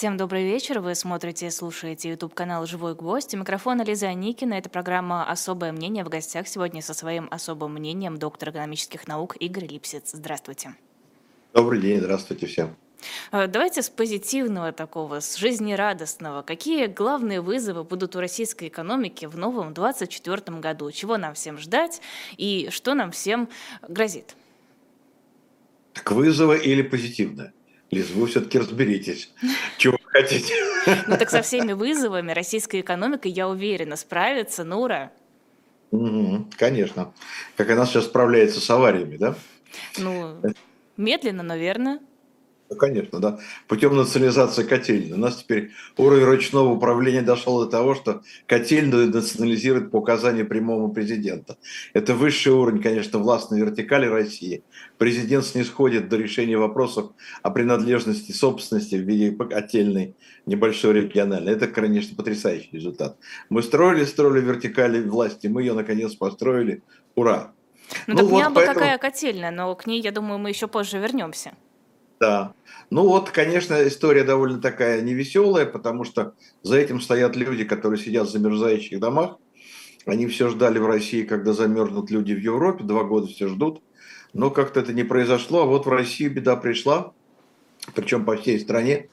Всем добрый вечер. Вы смотрите и слушаете YouTube-канал «Живой гвоздь». У микрофона Лиза Аникина. Это программа «Особое мнение». В гостях сегодня со своим особым мнением доктор экономических наук Игорь Липсиц. Здравствуйте. Добрый день, здравствуйте всем. Давайте с позитивного такого, с жизнерадостного. Какие главные вызовы будут у российской экономики в новом 2024 году? Чего нам всем ждать и что нам всем грозит? Так вызовы или позитивное? Лиз, вы все-таки разберитесь, чего вы хотите. Ну так со всеми вызовами российская экономика, я уверена, справится на ура. Конечно. Как она сейчас справляется с авариями, да? Ну, медленно, но верно. Ну, конечно, да. Путем национализации котельной. У нас теперь уровень ручного управления дошел до того, что котельную национализируют по указанию прямого президента. Это высший уровень, конечно, властной вертикали России. Президент снисходит до решения вопросов о принадлежности собственности в виде котельной небольшой региональной. Это, конечно, потрясающий результат. Мы строили вертикали власти, мы ее наконец построили. Ура! Ну Ну так мне вот бы поэтому... какая котельная, но к ней, я думаю, мы еще позже вернемся. Да. Ну вот, конечно, история довольно такая невеселая, потому что за этим стоят люди, которые сидят в замерзающих домах. Они все ждали в России, когда замерзнут люди в Европе, 2 года все ждут. Но как-то это не произошло, а вот в Россию беда пришла, причем по всей стране.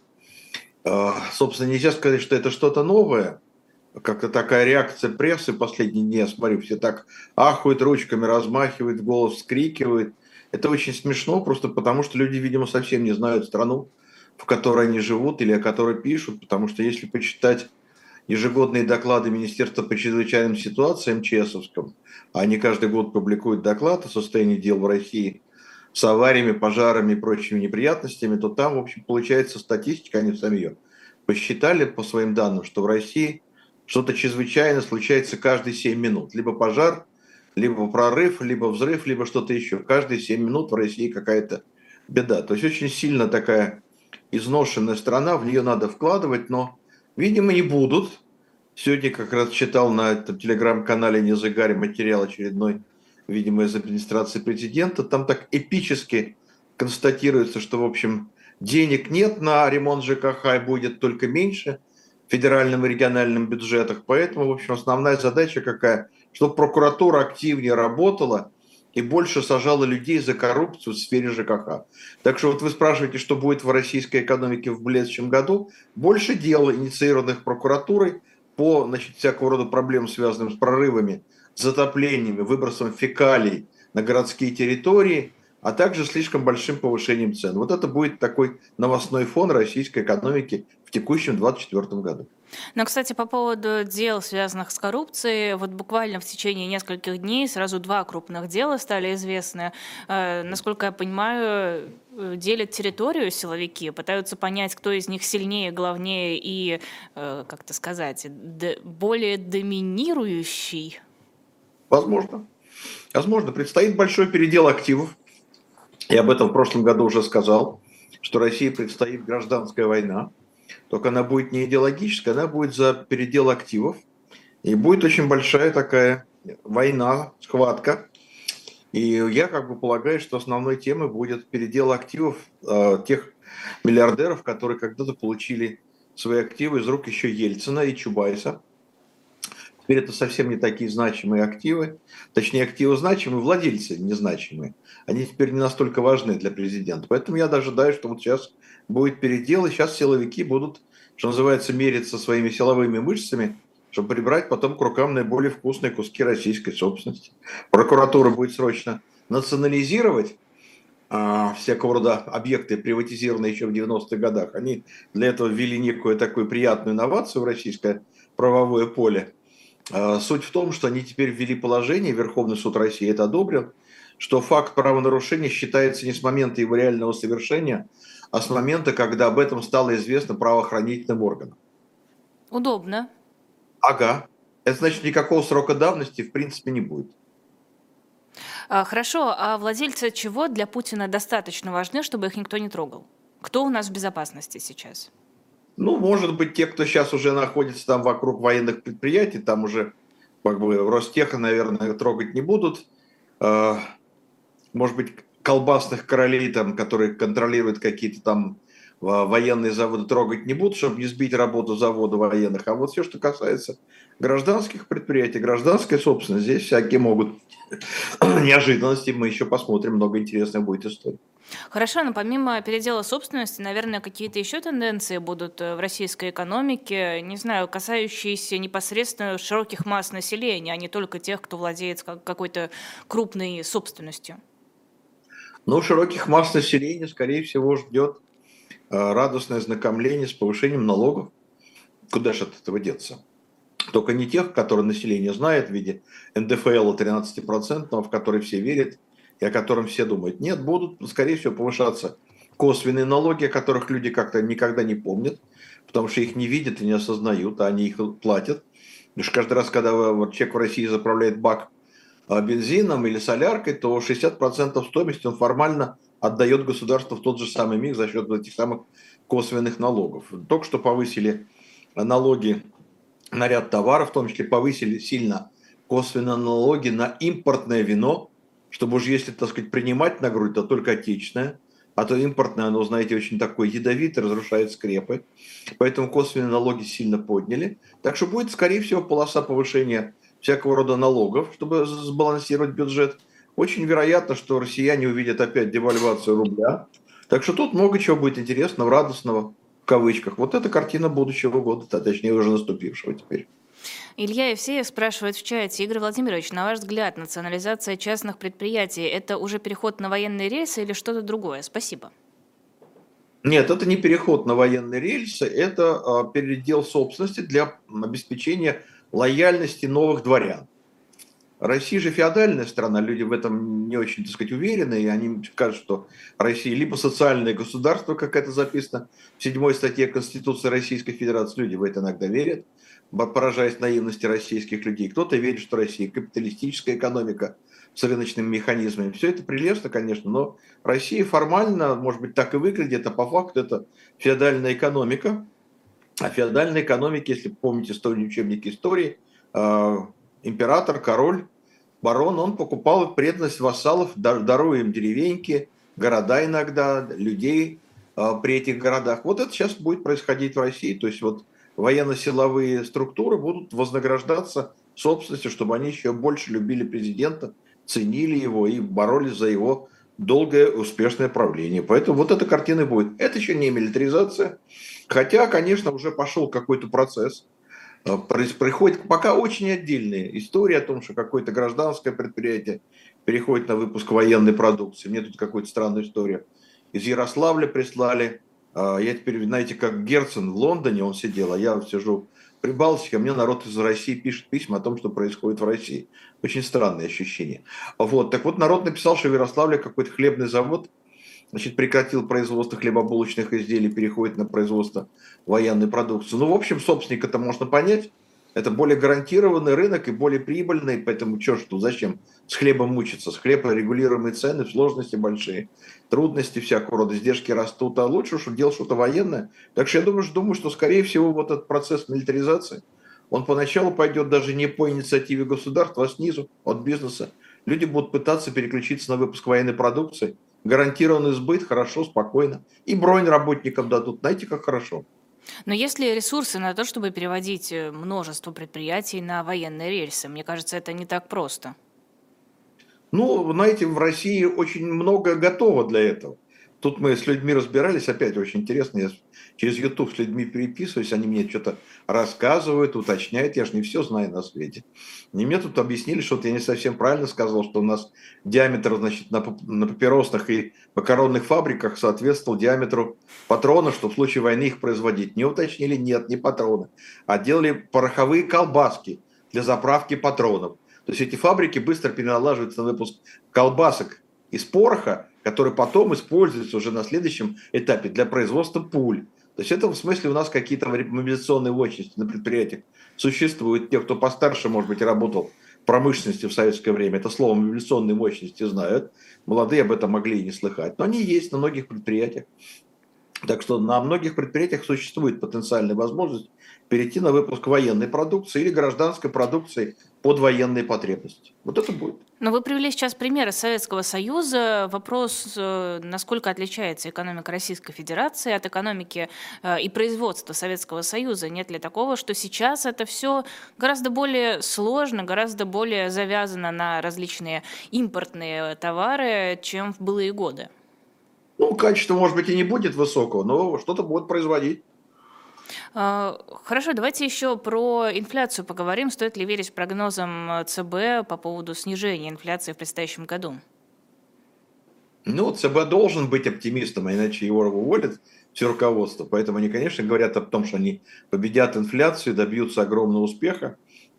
Собственно, нельзя сказать, что это что-то новое. Как-то такая реакция прессы последние дни, я смотрю, все так ахают, ручками размахивают, в голос вскрикивают. Это очень смешно, просто потому что люди, видимо, совсем не знают страну, в которой они живут или о которой пишут, потому что если почитать ежегодные доклады Министерства по чрезвычайным ситуациям МЧСовском, а они каждый год публикуют доклад о состоянии дел в России с авариями, пожарами и прочими неприятностями, то там, в общем, получается статистика, они сами ее посчитали по своим данным, что в России что-то чрезвычайное случается каждые 7 минут. Либо пожар, либо прорыв, либо взрыв, либо что-то еще. Каждые 7 минут в России какая-то беда. То есть очень сильно такая изношенная страна, в нее надо вкладывать, но, видимо, не будут. Сегодня как раз читал на этом телеграм-канале «Незагаре» материал очередной, видимо, из администрации президента. Там так эпически констатируется, что, в общем, денег нет на ремонт ЖКХ и будет только меньше в федеральном и региональном бюджетах. Поэтому, в общем, основная задача какая? Чтобы прокуратура активнее работала и больше сажала людей за коррупцию в сфере ЖКХ. Так что вот вы спрашиваете, что будет в российской экономике в следующем году. Больше дел, инициированных прокуратурой по, значит, всякого рода проблемам, связанным с прорывами, затоплениями, выбросом фекалий на городские территории, а также слишком большим повышением цен. Вот это будет такой новостной фон российской экономики в текущем 2024 году. Но, кстати, по поводу дел, связанных с коррупцией, вот буквально в течение нескольких дней сразу 2 крупных дела стали известны. Насколько я понимаю, делят территорию силовики, пытаются понять, кто из них сильнее, главнее и, как-то сказать, более доминирующий. Возможно. Возможно. Предстоит большой передел активов. Я об этом в прошлом году уже сказал, что России предстоит гражданская война. Только она будет не идеологическая, она будет за передел активов. И будет очень большая такая война, схватка. И я как бы полагаю, что основной темой будет передел активов тех миллиардеров, которые когда-то получили свои активы из рук еще Ельцина и Чубайса. Теперь это совсем не такие значимые активы, точнее активы значимые, владельцы незначимые. Они теперь не настолько важны для президента. Поэтому я ожидаю, что вот сейчас будет передел, и сейчас силовики будут, что называется, мериться своими силовыми мышцами, чтобы прибрать потом к рукам наиболее вкусные куски российской собственности. Прокуратура будет срочно национализировать всякого рода объекты, приватизированные еще в 90-х годах. Они для этого ввели некую такую приятную инновацию в российское правовое поле. Суть в том, что они теперь ввели положение, Верховный суд России это одобрил, что факт правонарушения считается не с момента его реального совершения, а с момента, когда об этом стало известно правоохранительным органам. Удобно. Ага. Это значит, никакого срока давности в принципе не будет. Хорошо, а владельцы чего для Путина достаточно важны, чтобы их никто не трогал? Кто у нас в безопасности сейчас? Ну, может быть, те, кто сейчас уже находится там вокруг военных предприятий, там уже как бы Ростеха, наверное, трогать не будут. Может быть, колбасных королей, там, которые контролируют какие-то там военные заводы трогать не будут, чтобы не сбить работу завода военных. А вот все, что касается гражданских предприятий, гражданской собственности, здесь всякие могут неожиданности. Мы еще посмотрим, много интересной будет истории. Хорошо, но помимо передела собственности, наверное, какие-то еще тенденции будут в российской экономике, не знаю, касающиеся непосредственно широких масс населения, а не только тех, кто владеет какой-то крупной собственностью. Но широких масс населения, скорее всего, ждет радостное знакомление с повышением налогов. Куда же от этого деться? Только не тех, которые население знает в виде НДФЛ 13%, в который все верят и о котором все думают. Нет, будут, скорее всего, повышаться косвенные налоги, о которых люди как-то никогда не помнят, потому что их не видят и не осознают, а они их платят. Потому что каждый раз, когда вот человек в России заправляет бак бензином или соляркой, то 60% стоимости он формально отдает государству в тот же самый миг за счет этих самых косвенных налогов. Только что повысили налоги на ряд товаров, в том числе повысили сильно косвенные налоги на импортное вино, чтобы уж если, так сказать, принимать на грудь, то только отечественное, а то импортное, оно, знаете, очень такое ядовитое, разрушает скрепы. Поэтому косвенные налоги сильно подняли. Так что будет, скорее всего, полоса повышения всякого рода налогов, чтобы сбалансировать бюджет. Очень вероятно, что россияне увидят опять девальвацию рубля. Так что тут много чего будет интересного, радостного, в кавычках. Вот это картина будущего года, точнее уже наступившего теперь. Илья Евсеев спрашивает в чате: Игорь Владимирович, на ваш взгляд, национализация частных предприятий – это уже переход на военные рельсы или что-то другое? Спасибо. Нет, это не переход на военные рельсы, это передел собственности для обеспечения лояльности новых дворян. Россия же феодальная страна, люди в этом не очень, так сказать, уверены, и они скажут, что Россия либо социальное государство, как это записано в 7 статье Конституции Российской Федерации, люди в это иногда верят, поражаясь наивности российских людей. Кто-то верит, что Россия капиталистическая экономика с рыночными механизмами. Все это прелестно, конечно, но Россия формально, может быть, так и выглядит, а по факту это феодальная экономика. А феодальной экономике, если помните учебники истории, император, король, барон, он покупал преданность вассалов, даруя им деревеньки, города иногда, людей при этих городах. Вот это сейчас будет происходить в России. То есть вот военно-силовые структуры будут вознаграждаться собственностью, чтобы они еще больше любили президента, ценили его и боролись за его долгое успешное правление. Поэтому вот эта картина будет. Это еще не милитаризация, хотя, конечно, уже пошел какой-то процесс. Приходит пока очень отдельные истории о том, что какое-то гражданское предприятие переходит на выпуск военной продукции. Мне тут какую-то странную историю из Ярославля прислали. Я теперь, знаете, как Герцен в Лондоне, он сидел, а я сижу в Прибалтике, а мне народ из России пишет письма о том, что происходит в России. Очень странное ощущение. Вот. Так вот, народ написал, что в Ярославле какой-то хлебный завод, значит, прекратил производство хлебобулочных изделий, переходит на производство военной продукции. Ну, в общем, собственника-то можно понять. Это более гарантированный рынок и более прибыльный, поэтому что, зачем с хлебом мучиться? С хлеба регулируемые цены, сложности большие, трудности всякого рода, издержки растут, а лучше, что делать что-то военное. Так что я думаю, что, скорее всего, вот этот процесс милитаризации, он поначалу пойдет даже не по инициативе государства, а снизу, от бизнеса. Люди будут пытаться переключиться на выпуск военной продукции, гарантированный сбыт, хорошо, спокойно. И бронь работникам дадут. Знаете, как хорошо. Но есть ли ресурсы на то, чтобы переводить множество предприятий на военные рельсы? Мне кажется, это не так просто. Ну, знаете, в России очень много готово для этого. Тут мы с людьми разбирались, опять очень интересно, я через YouTube с людьми переписываюсь, они мне что-то рассказывают, уточняют, я же не все знаю на свете. И мне тут объяснили, что я не совсем правильно сказал, что у нас диаметр, значит, на папиросных и макаронных фабриках соответствовал диаметру патронов, что в случае войны их производить. Не уточнили, нет, не патроны, а делали пороховые колбаски для заправки патронов. То есть эти фабрики быстро переналаживаются на выпуск колбасок из пороха, который потом используется уже на следующем этапе для производства пуль. То есть это в смысле у нас какие-то мобилизационные мощности на предприятиях существуют. Те, кто постарше, может быть, работал в промышленности в советское время, это слово мобилизационные мощности знают. Молодые об этом могли и не слыхать. Но они есть на многих предприятиях. Так что на многих предприятиях существует потенциальная возможность перейти на выпуск военной продукции или гражданской продукции под военные потребности. Вот это будет. Но вы привели сейчас примеры Советского Союза. Вопрос, насколько отличается экономика Российской Федерации от экономики и производства Советского Союза? Нет ли такого, что сейчас это все гораздо более сложно, гораздо более завязано на различные импортные товары, чем в былые годы? Ну, качество, может быть, и не будет высокого, но что-то будет производить. Хорошо, давайте еще про инфляцию поговорим. Стоит ли верить прогнозам ЦБ по поводу снижения инфляции в предстоящем году? Ну, ЦБ должен быть оптимистом, а иначе его уволят все руководство. Поэтому они, конечно, говорят о том, что они победят инфляцию, добьются огромного успеха.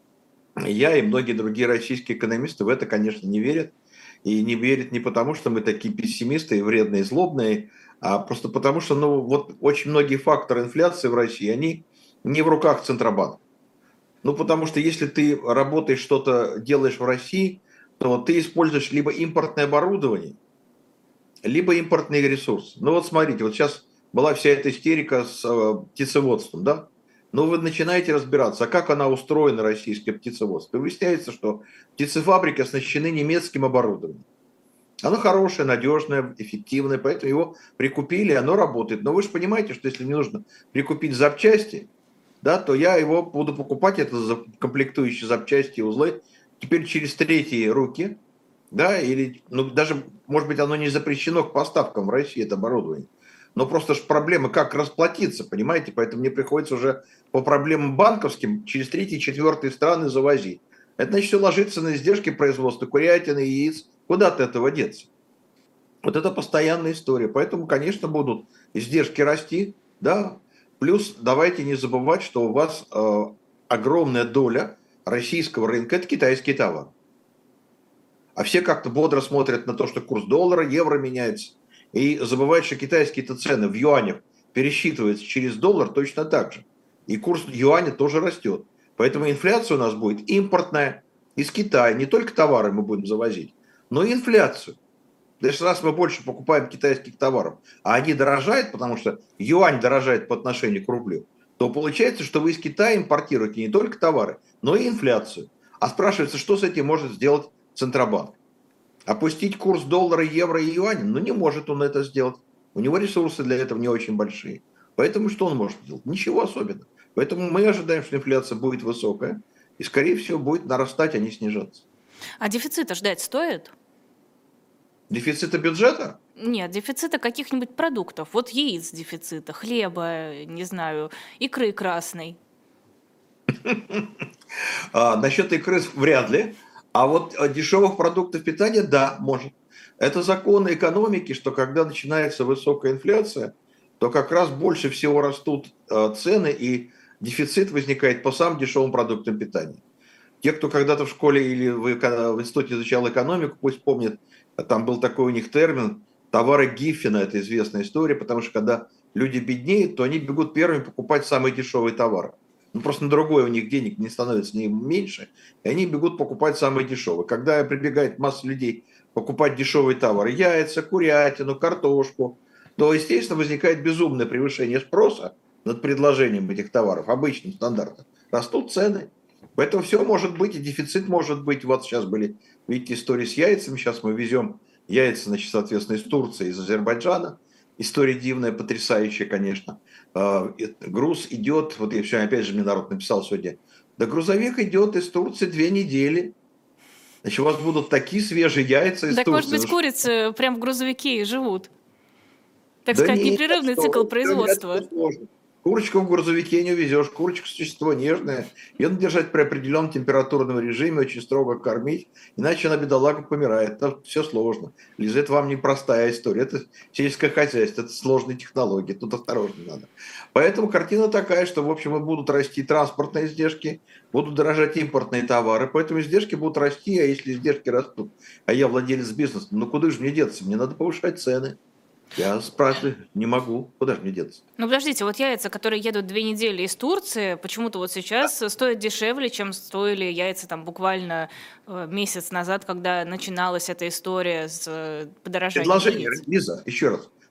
Я и многие другие российские экономисты в это, конечно, не верят. И не верят не потому, что мы такие пессимисты и вредные, и злобные, а просто потому, что ну, вот очень многие факторы инфляции в России, они не в руках Центробанка. Ну, потому что если ты работаешь, что-то делаешь в России, то ты используешь либо импортное оборудование, либо импортные ресурсы. Ну вот смотрите, вот сейчас была вся эта истерика с птицеводством, да? Но вы начинаете разбираться, а как она устроена, российское птицеводство. И выясняется, что птицефабрики оснащены немецким оборудованием. Оно хорошее, надежное, эффективное, поэтому его прикупили, оно работает. Но вы же понимаете, что если мне нужно прикупить запчасти, да, то я его буду покупать, это комплектующие запчасти и узлы, теперь через третьи руки, да, или, ну, даже, может быть, оно не запрещено к поставкам в России, это оборудование. Но просто же проблема, как расплатиться, понимаете, поэтому мне приходится уже по проблемам банковским через третьи, четвертые страны завозить. Это значит, все ложится на издержки производства курятины, яиц. Куда от этого деться? Вот это постоянная история. Поэтому, конечно, будут издержки расти, да. Плюс давайте не забывать, что у вас огромная доля российского рынка – это китайский товар. А все как-то бодро смотрят на то, что курс доллара, евро меняется. И забывают, что китайские-то цены в юанях пересчитываются через доллар точно так же. И курс юаня тоже растет. Поэтому инфляция у нас будет импортная из Китая. Не только товары мы будем завозить, но и инфляцию. Если раз мы больше покупаем китайских товаров, а они дорожают, потому что юань дорожает по отношению к рублю, то получается, что вы из Китая импортируете не только товары, но и инфляцию. А спрашивается, что с этим может сделать Центробанк? Опустить курс доллара, евро и юаня? Ну, не может он это сделать. У него ресурсы для этого не очень большие. Поэтому что он может сделать? Ничего особенного. Поэтому мы ожидаем, что инфляция будет высокая и, скорее всего, будет нарастать, а не снижаться. А дефицита ждать стоит? Дефицита бюджета? Нет, дефицита каких-нибудь продуктов. Вот яиц дефицита, хлеба, не знаю, икры красной. Насчет икры вряд ли. А вот дешевых продуктов питания, да, может. Это законы экономики, что когда начинается высокая инфляция, то как раз больше всего растут цены и дефицит возникает по самым дешевым продуктам питания. Те, кто когда-то в школе или в институте изучал экономику, пусть помнят, там был такой у них термин «товары Гиффина», это известная история, потому что когда люди беднеют, то они бегут первыми покупать самые дешевые товары. Ну, просто на другое у них денег не становится ни меньше, и они бегут покупать самые дешевые. Когда прибегает масса людей покупать дешевые товары, яйца, курятину, картошку, то, естественно, возникает безумное превышение спроса над предложением этих товаров, обычным стандартом. Растут цены. Поэтому все может быть, и дефицит может быть. Вот сейчас были, видите, истории с яйцами. Сейчас мы везем яйца, значит, соответственно, из Турции, из Азербайджана. История дивная, потрясающая, конечно. Груз идет, вот я вчера опять же мне народ написал сегодня, да грузовик идет из Турции 2 недели. Значит, у вас будут такие свежие яйца из Так, может Турции. быть, курицы прям в грузовике и живут? Так Да сказать, нет, непрерывный цикл производства. сложно. Курочку в грузовике не увезешь. Курочка существо нежное. Ее надо держать при определенном температурном режиме, очень строго кормить, иначе она, бедолага, помирает. Там все сложно. Лиза, это вам не простая история. Это сельское хозяйство, это сложные технологии. Тут осторожно надо. Поэтому картина такая, что, в общем, и будут расти транспортные издержки, будут дорожать импортные товары, поэтому издержки будут расти, а если издержки растут, а я владелец бизнеса, ну куда же мне деться? Мне надо повышать цены. Я спрашиваю, не могу, куда же мне деться? Ну, подождите, вот яйца, которые едут 2 недели из Турции, почему-то вот сейчас стоят дешевле, чем стоили яйца там буквально месяц назад, когда начиналась эта история с подорожанием Предложение, яиц. Лиза, еще раз.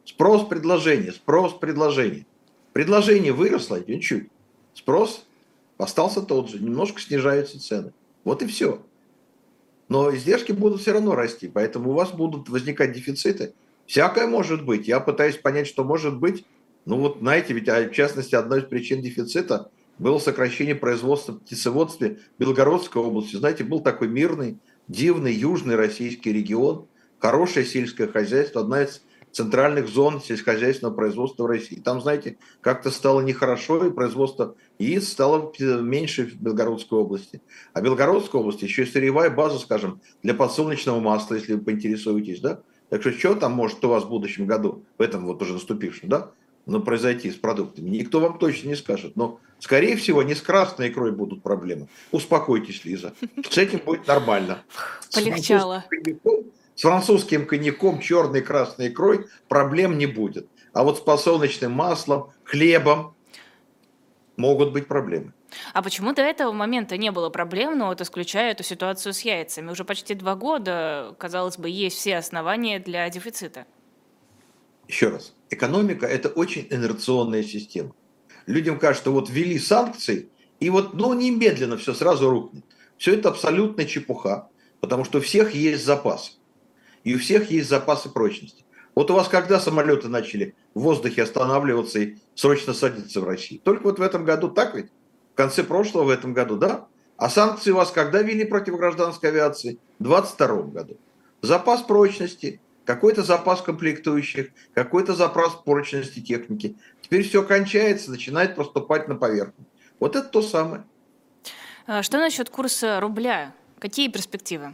Спрос, предложение, спрос, предложение. Предложение выросло чуть-чуть. Спрос остался тот же, немножко снижаются цены. Вот и все. Но издержки будут все равно расти, поэтому у вас будут возникать дефициты. Всякое может быть. Я пытаюсь понять, что может быть. Ну вот, знаете, ведь в частности одной из причин дефицита было сокращение производства в птицеводстве Белгородской области. Знаете, был такой мирный, дивный южный российский регион, хорошее сельское хозяйство, одна из центральных зон сельскохозяйственного производства в России. Там, знаете, как-то стало нехорошо, и производство яиц стало меньше в Белгородской области. А Белгородская область еще и сырьевая база, скажем, для подсолнечного масла, если вы поинтересуетесь, да? Так что там может у вас в будущем году, в этом вот уже наступившем, да, произойти с продуктами? Никто вам точно не скажет. Но, скорее всего, не с красной икрой будут проблемы. Успокойтесь, Лиза. С этим будет нормально. Полегчало. С французским коньяком, черной, красной икрой проблем не будет. А вот с подсолнечным маслом, хлебом могут быть проблемы. А почему до этого момента не было проблем, но вот исключая эту ситуацию с яйцами? Уже почти 2 года, казалось бы, есть все основания для дефицита. Еще раз. Экономика – это очень инерционная система. Людям кажется, что вот ввели санкции, и вот немедленно все сразу рухнет. Все это абсолютная чепуха, потому что у всех есть запасы. И у всех есть запасы прочности. Вот у вас когда самолеты начали в воздухе останавливаться и срочно садиться в России? Только вот в этом году, так ведь? В конце прошлого в этом году, да? А санкции у вас когда ввели против гражданской авиации? В 2022 году. Запас прочности, какой-то запас комплектующих, какой-то запас прочности техники. Теперь все кончается, начинает проступать на поверхность. Вот это то самое. Что насчет курса рубля? Какие перспективы?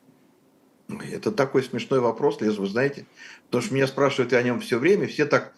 Это такой смешной вопрос, Лиза, вы знаете, потому что меня спрашивают и о нем все время, все так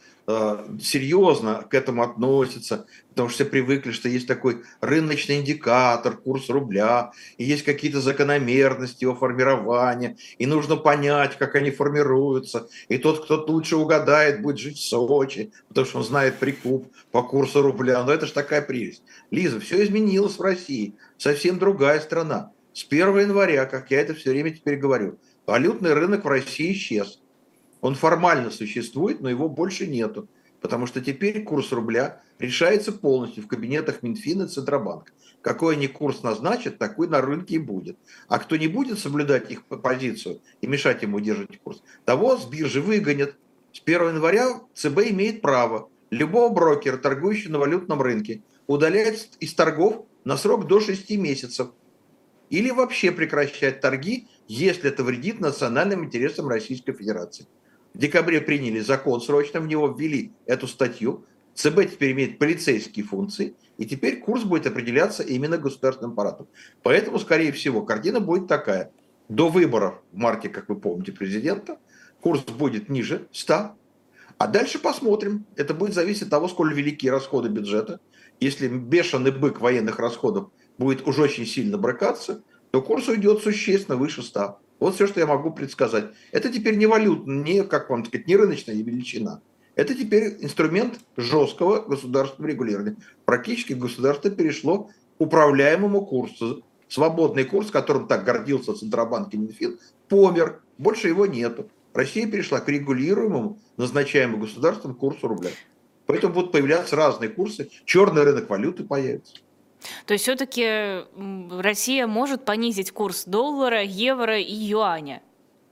серьезно к этому относятся, потому что все привыкли, что есть такой рыночный индикатор, курс рубля, и есть какие-то закономерности его формирования, и нужно понять, как они формируются, и тот, кто лучше угадает, будет жить в Сочи, потому что он знает прикуп по курсу рубля. Но это же такая прелесть. Лиза, все изменилось в России, совсем другая страна. С 1 января, как я это все время теперь говорю, валютный рынок в России исчез. Он формально существует, но его больше нету. Потому что теперь курс рубля решается полностью в кабинетах Минфина и Центробанка. Какой они курс назначат, такой на рынке и будет. А кто не будет соблюдать их позицию и мешать ему удерживать курс, того с биржи выгонят. С 1 января ЦБ имеет право любого брокера, торгующего на валютном рынке, удалять из торгов на срок до 6 месяцев. Или вообще прекращать торги, если это вредит национальным интересам Российской Федерации. В декабре приняли закон срочно, в него ввели эту статью. ЦБ теперь имеет полицейские функции, и теперь курс будет определяться именно государственным аппаратом. Поэтому, скорее всего, картина будет такая. До выборов в марте, как вы помните, президента, курс будет ниже 100, а дальше посмотрим. Это будет зависеть от того, сколь велики расходы бюджета. Если бешеный бык военных расходов будет уж очень сильно брыкаться, то курс уйдет существенно выше 100. Вот все, что я могу предсказать. Это теперь не валюта, не, как вам сказать, не рыночная величина. Это теперь инструмент жесткого государственного регулирования. Практически государство перешло к управляемому курсу. Свободный курс, которым так гордился Центробанк и Минфин, помер. Больше его нету. Россия перешла к регулируемому, назначаемому государством курсу рубля. Поэтому будут появляться разные курсы. Черный рынок валюты появится. То есть все-таки Россия может понизить курс доллара, евро и юаня?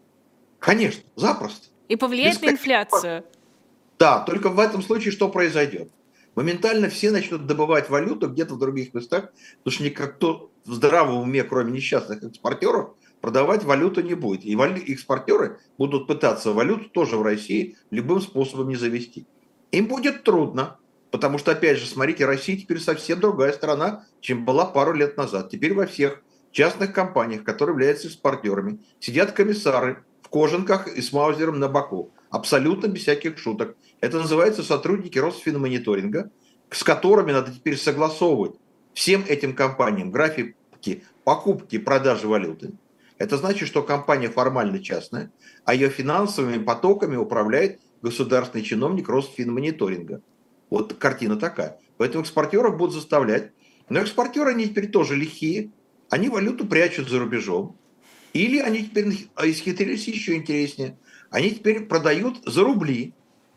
Конечно, запросто. И повлияет на инфляцию? Да, только в этом случае что произойдет? Моментально все начнут добывать валюту где-то в других местах, потому что никто в здравом уме, кроме несчастных экспортеров, продавать валюту не будет. И экспортеры будут пытаться валюту тоже в России любым способом не завести. Им будет трудно, потому что, опять же, смотрите, Россия теперь совсем другая страна, чем была пару лет назад. Теперь во всех частных компаниях, которые являются экспортерами, сидят комиссары в кожанках и с маузером на боку. Абсолютно без всяких шуток. Это называется сотрудники Росфинмониторинга, с которыми надо теперь согласовывать всем этим компаниям графики покупки и продажи валюты. Это значит, что компания формально частная, а ее финансовыми потоками управляет государственный чиновник Росфинмониторинга. Вот картина такая. Поэтому экспортеров будут заставлять. Но экспортеры, они теперь тоже лихие. Они валюту прячут за рубежом. Или они теперь исхитрились еще интереснее. Они теперь продают за рубли.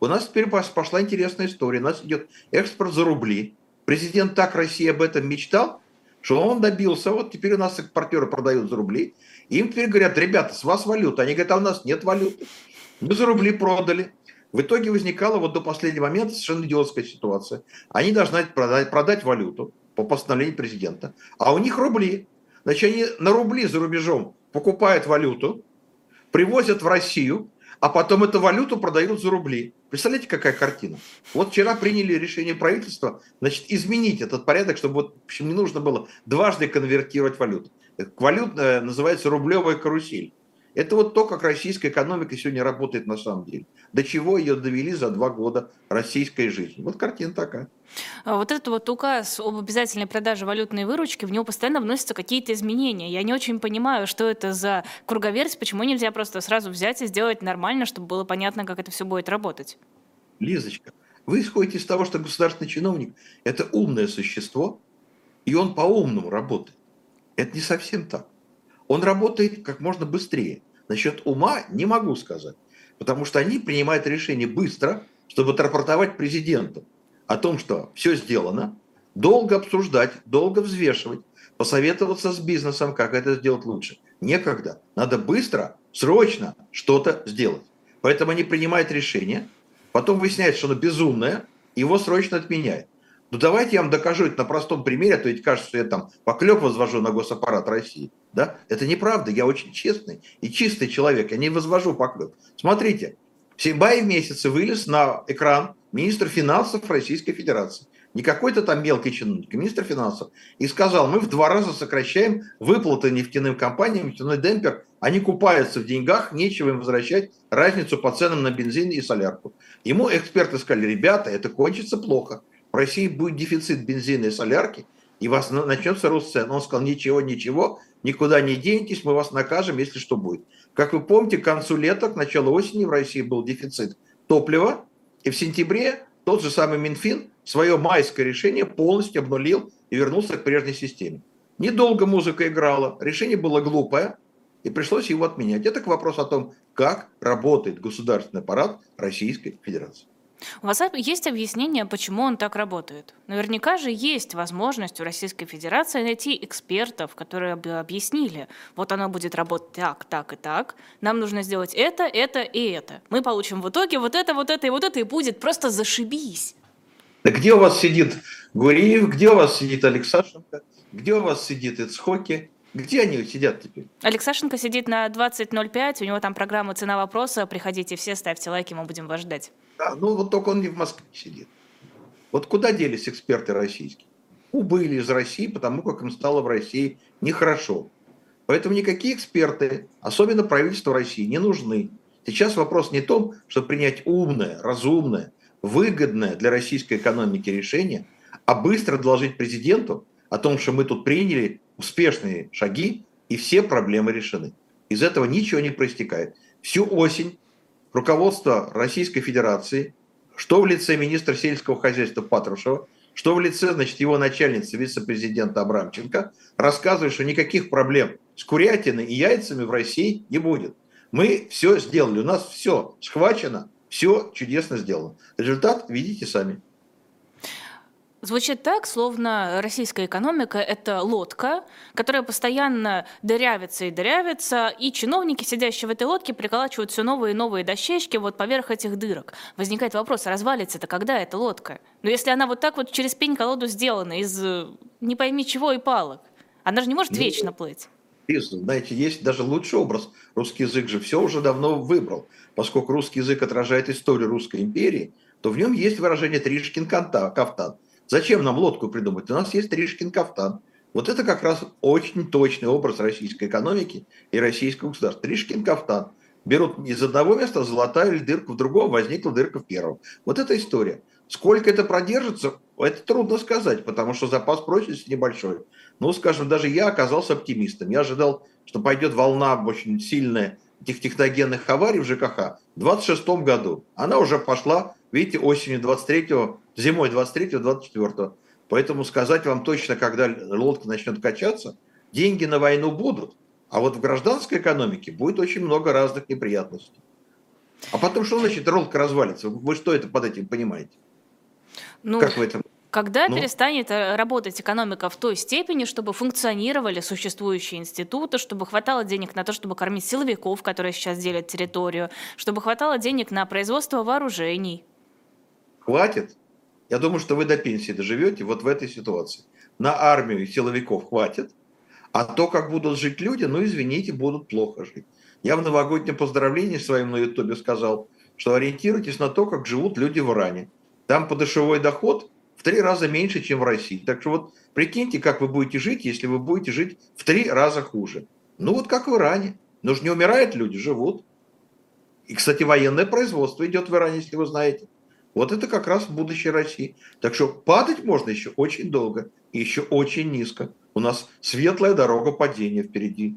У нас теперь пошла интересная история. У нас идет экспорт за рубли. Президент так России об этом мечтал, что он добился. Вот теперь у нас экспортеры продают за рубли. И им теперь говорят: ребята, с вас валюта. Они говорят: а у нас нет валюты. Мы за рубли продали. В итоге возникала вот до последнего момента совершенно идиотская ситуация. Они должны продать валюту по постановлению президента, а у них рубли. Значит, они на рубли за рубежом покупают валюту, привозят в Россию, а потом эту валюту продают за рубли. Представляете, какая картина? Вот вчера приняли решение правительства, значит, изменить этот порядок, чтобы вот, в общем, не нужно было дважды конвертировать валюту. Валюта называется рублевая карусель. Это вот то, как российская экономика сегодня работает на самом деле. До чего ее довели за 2 года российской жизни. Вот картина такая. Вот этот вот указ об обязательной продаже валютной выручки, в него постоянно вносятся какие-то изменения. Я не очень понимаю, что это за круговерть, почему нельзя просто сразу взять и сделать нормально, чтобы было понятно, как это все будет работать. Лизочка, вы исходите из того, что государственный чиновник – это умное существо, и он по-умному работает. Это не совсем так. Он работает как можно быстрее. Насчет ума не могу сказать, потому что они принимают решение быстро, чтобы отрапортовать президенту о том, что все сделано, долго обсуждать, долго взвешивать, посоветоваться с бизнесом, как это сделать лучше. Некогда. Надо быстро, срочно что-то сделать. Поэтому они принимают решение, потом выясняется, что оно безумное, его срочно отменяют. Ну давайте я вам докажу это на простом примере, а то ведь кажется, что я там поклеп возвожу на госаппарат России. Да? Это неправда, я очень честный и чистый человек, я не возвожу поклеп. Смотрите, в мае месяце вылез на экран министр финансов Российской Федерации. Не какой-то там мелкий чиновник, а министр финансов. И сказал: мы в 2 раза сокращаем выплаты нефтяным компаниям, нефтяной демпфер, они купаются в деньгах, нечего им возвращать разницу по ценам на бензин и солярку. Ему эксперты сказали: ребята, это кончится плохо. В России будет дефицит бензина и солярки, и вас начнется рост цен. Он сказал: ничего, ничего, никуда не денетесь, мы вас накажем, если что будет. Как вы помните, к концу лета, к началу осени в России был дефицит топлива, и в сентябре тот же самый Минфин свое майское решение полностью обнулил и вернулся к прежней системе. Недолго музыка играла, решение было глупое, и пришлось его отменять. Это к вопросу о том, как работает государственный аппарат Российской Федерации. У вас есть объяснение, почему он так работает? Наверняка же есть возможность у Российской Федерации найти экспертов, которые бы объяснили: вот оно будет работать так, так и так, нам нужно сделать это и это. Мы получим в итоге вот это, и будет просто зашибись. Да где у вас сидит Гуриев, где у вас сидит Алексашенко, где у вас сидит Ицхоки, где они сидят теперь? Алексашенко сидит на 20.05, у него там программа «Цена вопроса», приходите все, ставьте лайки, мы будем вас ждать. Да, ну вот только он не в Москве сидит. Вот куда делись эксперты российские? Убыли из России, потому как им стало в России нехорошо. Поэтому никакие эксперты, особенно правительство России, не нужны. Сейчас вопрос не в том, чтобы принять умное, разумное, выгодное для российской экономики решение, а быстро доложить президенту о том, что мы тут приняли успешные шаги и все проблемы решены. Из этого ничего не проистекает. Всю осень руководство Российской Федерации, что в лице министра сельского хозяйства Патрушева, что в лице, значит, его начальницы, вице-президента Абрамченко, рассказывает, что никаких проблем с курятиной и яйцами в России не будет. Мы все сделали, у нас все схвачено, все чудесно сделано. Результат видите сами. Звучит так, словно российская экономика – это лодка, которая постоянно дырявится, и чиновники, сидящие в этой лодке, приколачивают все новые и новые дощечки вот поверх этих дырок. Возникает вопрос: развалится-то когда эта лодка? Но если она вот так вот через пень-колоду сделана, из не пойми чего и палок, она же не может вечно плыть. Знаете, есть даже лучший образ. Русский язык же все уже давно выбрал. Поскольку русский язык отражает историю Русской империи, то в нем есть выражение «Тришкин кафтан». Зачем нам лодку придумать? У нас есть Тришкин кафтан. Вот это как раз очень точный образ российской экономики и российского государства. Тришкин кафтан. Берут из одного места, залатали дырку в другом, возникла дырка в первом. Вот эта история. Сколько это продержится, это трудно сказать, потому что запас прочности небольшой. Ну, скажем, даже я оказался оптимистом. Я ожидал, что пойдет волна очень сильная этих техногенных аварий в ЖКХ в 2026 году. Она уже пошла, видите, осенью 23-го, зимой 23-24. Поэтому сказать вам точно, когда лодка начнет качаться, деньги на войну будут, а вот в гражданской экономике будет очень много разных неприятностей. А потом что значит роллка развалится? Вы что это под этим понимаете? Ну, Как в этом? когда Ну, перестанет работать экономика в той степени, чтобы функционировали существующие институты, чтобы хватало денег на то, чтобы кормить силовиков, которые сейчас делят территорию, чтобы хватало денег на производство вооружений? хватит. Я думаю, что вы до пенсии доживете вот в этой ситуации. На армию и силовиков хватит, а то, как будут жить люди, ну, извините, будут плохо жить. Я в новогоднем поздравлении своим на Ютубе сказал, что ориентируйтесь на то, как живут люди в Иране. Там подушевой доход в 3 раза меньше, чем в России. Так что вот прикиньте, как вы будете жить, если вы будете жить в 3 раза хуже. Ну вот как в Иране. Но же не умирают люди, живут. И, кстати, военное производство идет в Иране, если вы знаете. Вот это как раз будущее России. Так что падать можно еще очень долго и еще очень низко. У нас светлая дорога падения впереди.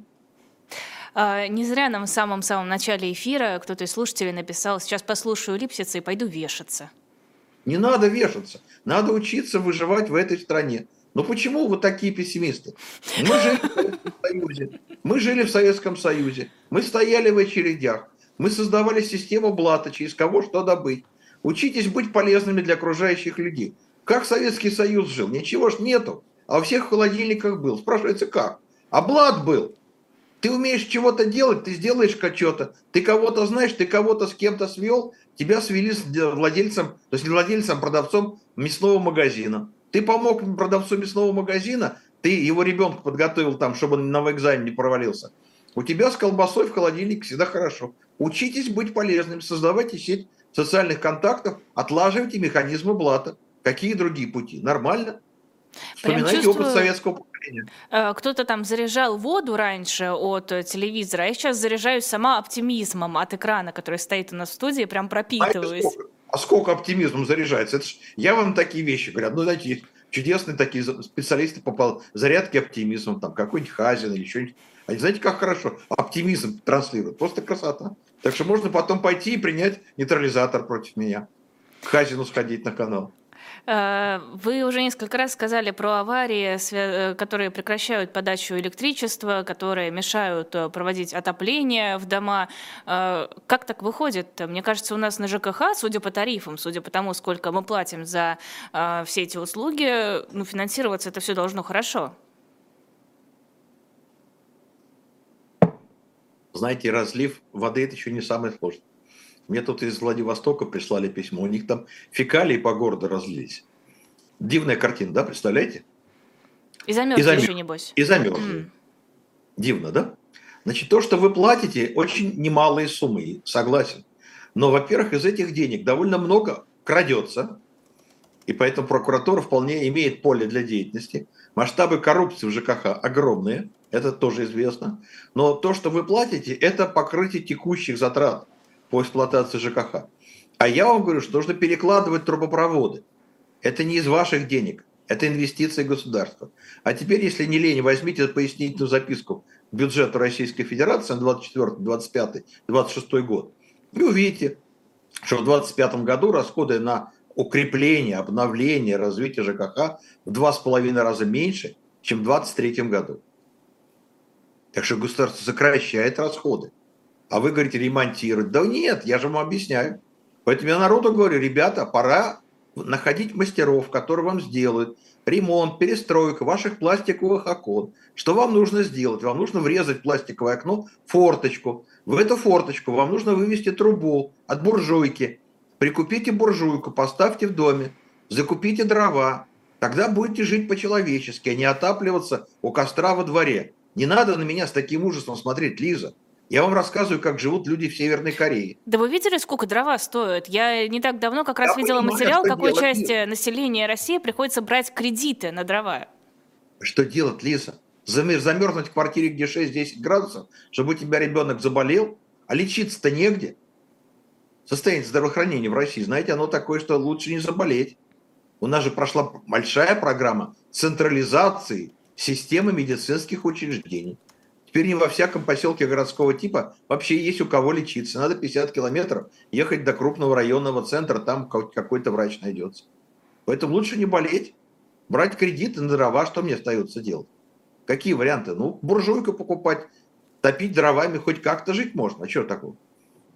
Не зря нам в самом-самом начале эфира кто-то из слушателей написал: сейчас послушаю Липсица и пойду вешаться. Не надо вешаться. Надо учиться выживать в этой стране. Но почему вы такие пессимисты? Мы жили в Советском Союзе. Мы жили в Советском Союзе. Мы стояли в очередях. Мы создавали систему блата, через кого что добыть. Учитесь быть полезными для окружающих людей. Как Советский Союз жил? Ничего ж нету. А у всех в холодильниках был. Спрашивается, как? А блат был. Ты умеешь чего-то делать, ты сделаешь что-то, ты кого-то знаешь, ты кого-то с кем-то свел, тебя свели с владельцем, то есть не владельцем, а продавцом мясного магазина. Ты помог продавцу мясного магазина, ты его ребенка подготовил там, чтобы он на экзамен не провалился. У тебя с колбасой в холодильнике всегда хорошо. Учитесь быть полезным, создавайте сеть социальных контактов, отлаживайте механизмы блата. Какие другие пути? Нормально. Прям Вспоминайте опыт чувствую, советского поколения. кто-то там заряжал воду раньше от телевизора, а я сейчас заряжаюсь сама оптимизмом от экрана, который стоит у нас в студии, прям Знаете, пропитываюсь. сколько? А сколько оптимизмом заряжается? Это ж, я вам такие вещи говорю. Ну, знаете, есть чудесные такие специалисты по зарядке оптимизмом, там какой-нибудь Хазин или что-нибудь. Они знаете, как хорошо оптимизм транслируют. Просто красота. Так что можно потом пойти и принять нейтрализатор против меня. К Хазину сходить на канал. Вы уже несколько раз сказали про аварии, которые прекращают подачу электричества, которые мешают проводить отопление в дома. Как так выходит? Мне кажется, у нас на ЖКХ, судя по тарифам, судя по тому, сколько мы платим за все эти услуги, ну, финансироваться это все должно хорошо. Знаете, разлив воды – это еще не самое сложное. Мне тут из Владивостока прислали письмо. У них там фекалии по городу разлились. Дивная картина, да, представляете? И И замерзли замерзли. еще, небось. И замерзли. Дивно, да? Значит, то, что вы платите, очень немалые суммы, согласен. Но, во-первых, из этих денег довольно много крадется, и поэтому прокуратура вполне имеет поле для деятельности. Масштабы коррупции в ЖКХ огромные, это тоже известно. Но то, что вы платите, это покрытие текущих затрат по эксплуатации ЖКХ. А я вам говорю, что нужно перекладывать трубопроводы. Это не из ваших денег, это инвестиции государства. А теперь, если не лень, возьмите пояснительную записку к бюджету Российской Федерации на 24, 25, 26 год. И увидите, что в 2025 году расходы на укрепление, обновление, развитие ЖКХ в 2,5 раза меньше, чем в 2023 году. Так что государство сокращает расходы. А вы говорите ремонтировать. Да нет, я же вам объясняю. Поэтому я народу говорю, ребята, пора находить мастеров, которые вам сделают ремонт, перестройку ваших пластиковых окон. Что вам нужно сделать? Вам нужно врезать в пластиковое окно форточку. В эту форточку вам нужно вывести трубу от буржуйки. Прикупите буржуйку, поставьте в доме, закупите дрова. Тогда будете жить по-человечески, а не отапливаться у костра во дворе. Не надо на меня с таким ужасом смотреть, Лиза. Я вам рассказываю, как живут люди в Северной Корее. Да вы видели, сколько дрова стоят? Я не так давно как раз Я видела понимаю, материал, что какой делать, части Лиза. населения России приходится брать кредиты на дрова. Что делать, Лиза? Замерзнуть в квартире, где 6-10 градусов, чтобы у тебя ребенок заболел, а лечиться-то негде. Состояние здравоохранения в России, знаете, оно такое, что лучше не заболеть. У нас же прошла большая программа централизации системы медицинских учреждений. Теперь не во всяком поселке городского типа вообще есть у кого лечиться. Надо 50 километров ехать до крупного районного центра, там какой-то врач найдется. Поэтому лучше не болеть, брать кредиты на дрова, что мне остается делать? Какие варианты? Ну, буржуйку покупать, топить дровами, хоть как-то жить можно. А что такого?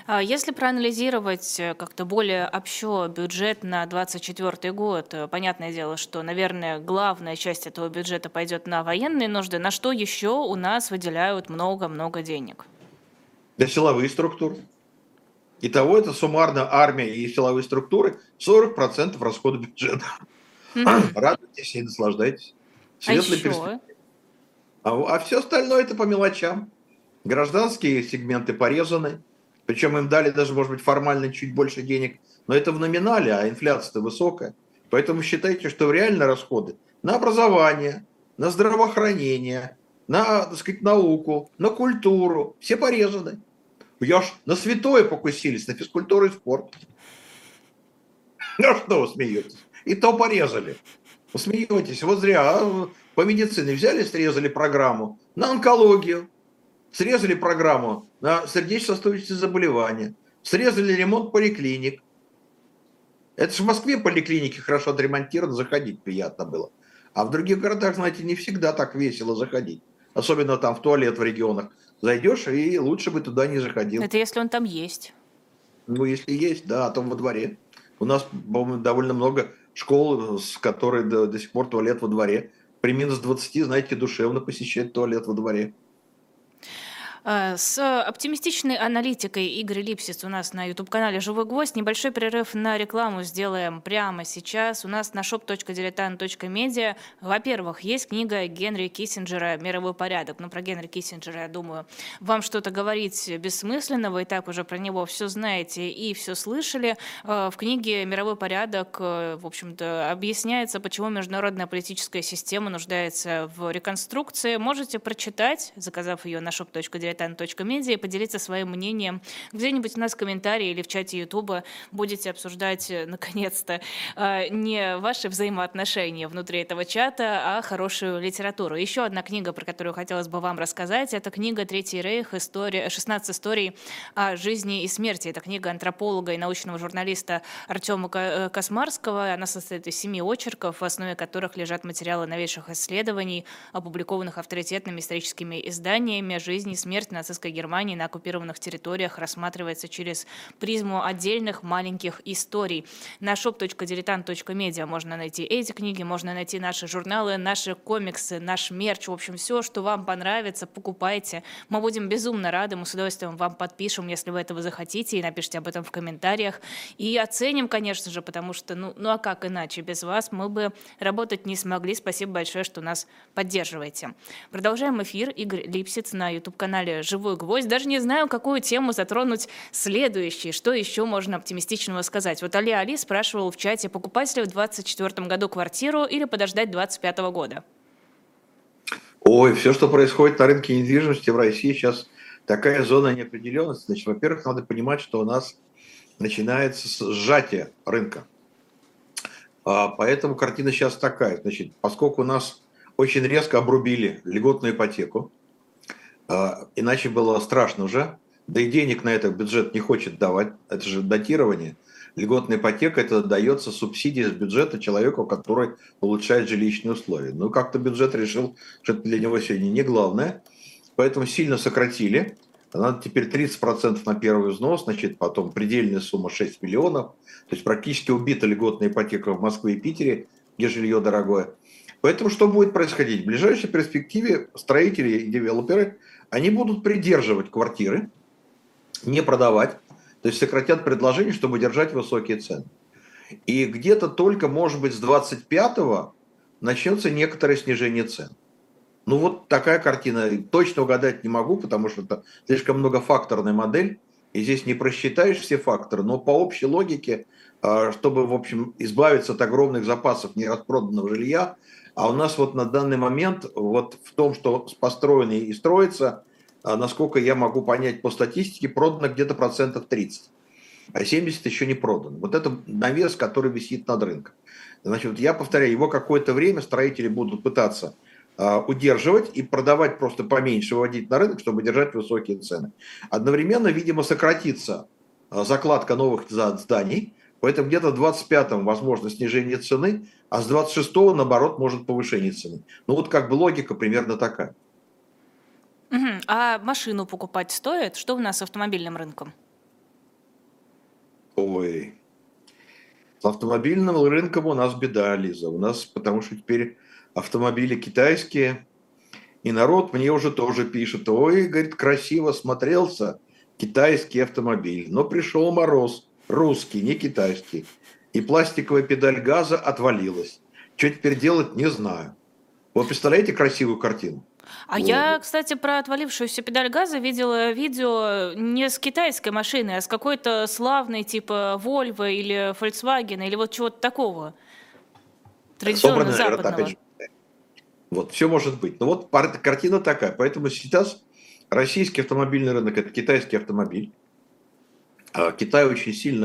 Если проанализировать как-то более общо бюджет на 2024 год, понятное дело, что, наверное, главная часть этого бюджета пойдет на военные нужды. На что еще у нас выделяют много-много денег? Для силовые структуры. Итого это суммарно армия и силовые структуры 40% расхода бюджета. Мгм. Радуйтесь и наслаждайтесь. А Светлые перспективы. еще? А все остальное это по мелочам. Гражданские сегменты порезаны, причем им дали даже, может быть, формально чуть больше денег, но это в номинале, а инфляция-то высокая. Поэтому считайте, что в реальные расходы на образование, на здравоохранение, на, так сказать, науку, на культуру, все порезаны. Я ж на святое покусились, на физкультуру и спорт. Ну что вы смеетесь? И то порезали. Вы смеетесь, вот зря. По медицине взяли, срезали программу на онкологию, срезали программу на сердечно-сосудистые заболевания, срезали ремонт поликлиник. Это же в Москве поликлиники хорошо отремонтированы, заходить приятно было. А в других городах, знаете, не всегда так весело заходить. Особенно там в туалет в регионах. Зайдешь, и лучше бы туда не заходил. Это если он там есть. Ну, если есть, да, а то во дворе. У нас, по-моему, довольно много школ, с которой до сих пор туалет во дворе. При -20, знаете, душевно посещать туалет во дворе. С оптимистичной аналитикой Игорь Липсиц у нас на YouTube-канале «Живой гвоздь». Небольшой перерыв на рекламу сделаем прямо сейчас. У нас на shop.diletant.media, во-первых, есть книга Генри Киссинджера «Мировой порядок». Ну, про Генри Киссинджера, я думаю, вам что-то говорить бессмысленно. Вы и так уже про него все знаете и все слышали. В книге «Мировой порядок», в общем-то, объясняется, почему международная политическая система нуждается в реконструкции. Можете прочитать, заказав ее на shop.diletant.media, и поделиться своим мнением где-нибудь у нас в комментарии или в чате Ютуба. Будете обсуждать, наконец-то, не ваши взаимоотношения внутри этого чата, а хорошую литературу. Еще одна книга, про которую хотелось бы вам рассказать, это книга «Третий рейх. 16 историй о жизни и смерти». Это книга антрополога и научного журналиста Артема Космарского. Она состоит из 7 очерков, в основе которых лежат материалы новейших исследований, опубликованных авторитетными историческими изданиями. Жизнь и смерть нацистской Германии на оккупированных территориях рассматривается через призму отдельных маленьких историй. На shop.diletant.media можно найти эти книги, можно найти наши журналы, наши комиксы, наш мерч. В общем, все, что вам понравится, покупайте. Мы будем безумно рады, мы с удовольствием вам подпишем, если вы этого захотите, и напишите об этом в комментариях. И оценим, конечно же, потому что, ну а как иначе? Без вас мы бы работать не смогли. Спасибо большое, что нас поддерживаете. Продолжаем эфир. Игорь Липсиц на YouTube-канале «Живой гвоздь». Даже не знаю, какую тему затронуть следующей. Что еще можно оптимистичного сказать? Вот Али спрашивал в чате, покупать ли в 2024 году квартиру или подождать 2025 года? Ой, все, что происходит на рынке недвижимости в России сейчас такая зона неопределенности. Значит, во-первых, надо понимать, что у нас начинается сжатие рынка. Поэтому картина сейчас такая. Значит, поскольку у нас очень резко обрубили льготную ипотеку, иначе было страшно уже, да и денег на это бюджет не хочет давать, это же датирование. Льготная ипотека – это дается субсидия из бюджета человеку, который улучшает жилищные условия. Ну, как-то бюджет решил, что это для него сегодня не главное, поэтому сильно сократили. Надо теперь 30% на первый взнос, значит, потом предельная сумма 6 миллионов. То есть практически убита льготная ипотека в Москве и Питере, где жилье дорогое. Поэтому что будет происходить? В ближайшей перспективе строители и девелоперы, они будут придерживать квартиры, не продавать, то есть сократят предложение, чтобы держать высокие цены. И где-то только, может быть, с 25-го начнется некоторое снижение цен. Ну вот такая картина. Точно угадать не могу, потому что это слишком многофакторная модель, и здесь не просчитаешь все факторы, но по общей логике, чтобы, в общем, избавиться от огромных запасов нераспроданного жилья, а у нас вот на данный момент вот в том, что построено и строится, насколько я могу понять по статистике, продано где-то 30%, а 70% еще не продано. Вот это навес, который висит над рынком. Значит, я повторяю, его какое-то время строители будут пытаться удерживать и продавать просто поменьше, выводить на рынок, чтобы держать высокие цены. Одновременно, видимо, сократится закладка новых зданий, поэтому где-то в 25-м возможно снижение цены, а с 26-го, наоборот, может повышение цены. Ну вот как бы логика примерно такая. Мгм. А машину покупать стоит? Что у нас с автомобильным рынком? Ой, с автомобильным рынком у нас беда, Лиза. У нас, потому что теперь автомобили китайские, и народ мне уже тоже пишет, ой, говорит, красиво смотрелся китайский автомобиль, но пришел мороз, русский, не китайский, и пластиковая педаль газа отвалилась. Что теперь делать, не знаю. Вы представляете красивую картину? А я, кстати, про отвалившуюся педаль газа видела видео не с китайской машины, а с какой-то славной типа Volvo или Volkswagen или вот чего-то такого, традиционно Собраны, наверное, опять западного. же. Вот, все может быть. Но вот картина такая. Поэтому сейчас российский автомобильный рынок – это китайский автомобиль. Китай очень сильно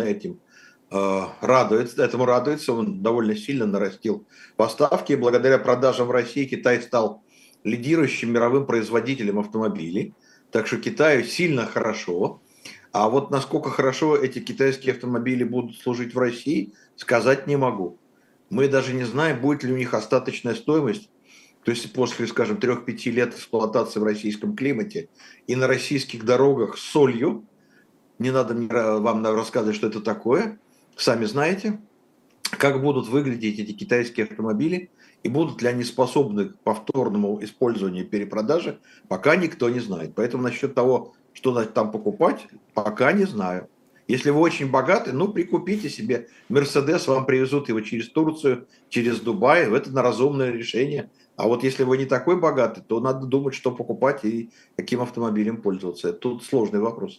этому радуется, он довольно сильно нарастил поставки. И благодаря продажам в России Китай стал лидирующим мировым производителем автомобилей. Так что Китаю сильно хорошо. А вот насколько хорошо эти китайские автомобили будут служить в России, сказать не могу. Мы даже не знаем, будет ли у них остаточная стоимость. То есть после, скажем, 3-5 лет эксплуатации в российском климате и на российских дорогах с солью, не надо вам рассказывать, что это такое, сами знаете, как будут выглядеть эти китайские автомобили и будут ли они способны к повторному использованию и перепродаже, пока никто не знает. Поэтому насчет того, что там покупать, пока не знаю. Если вы очень богаты, ну, прикупите себе Мерседес, вам привезут его через Турцию, через Дубай, это на разумное решение. А вот если вы не такой богатый, то надо думать, что покупать и каким автомобилем пользоваться. Тут сложный вопрос.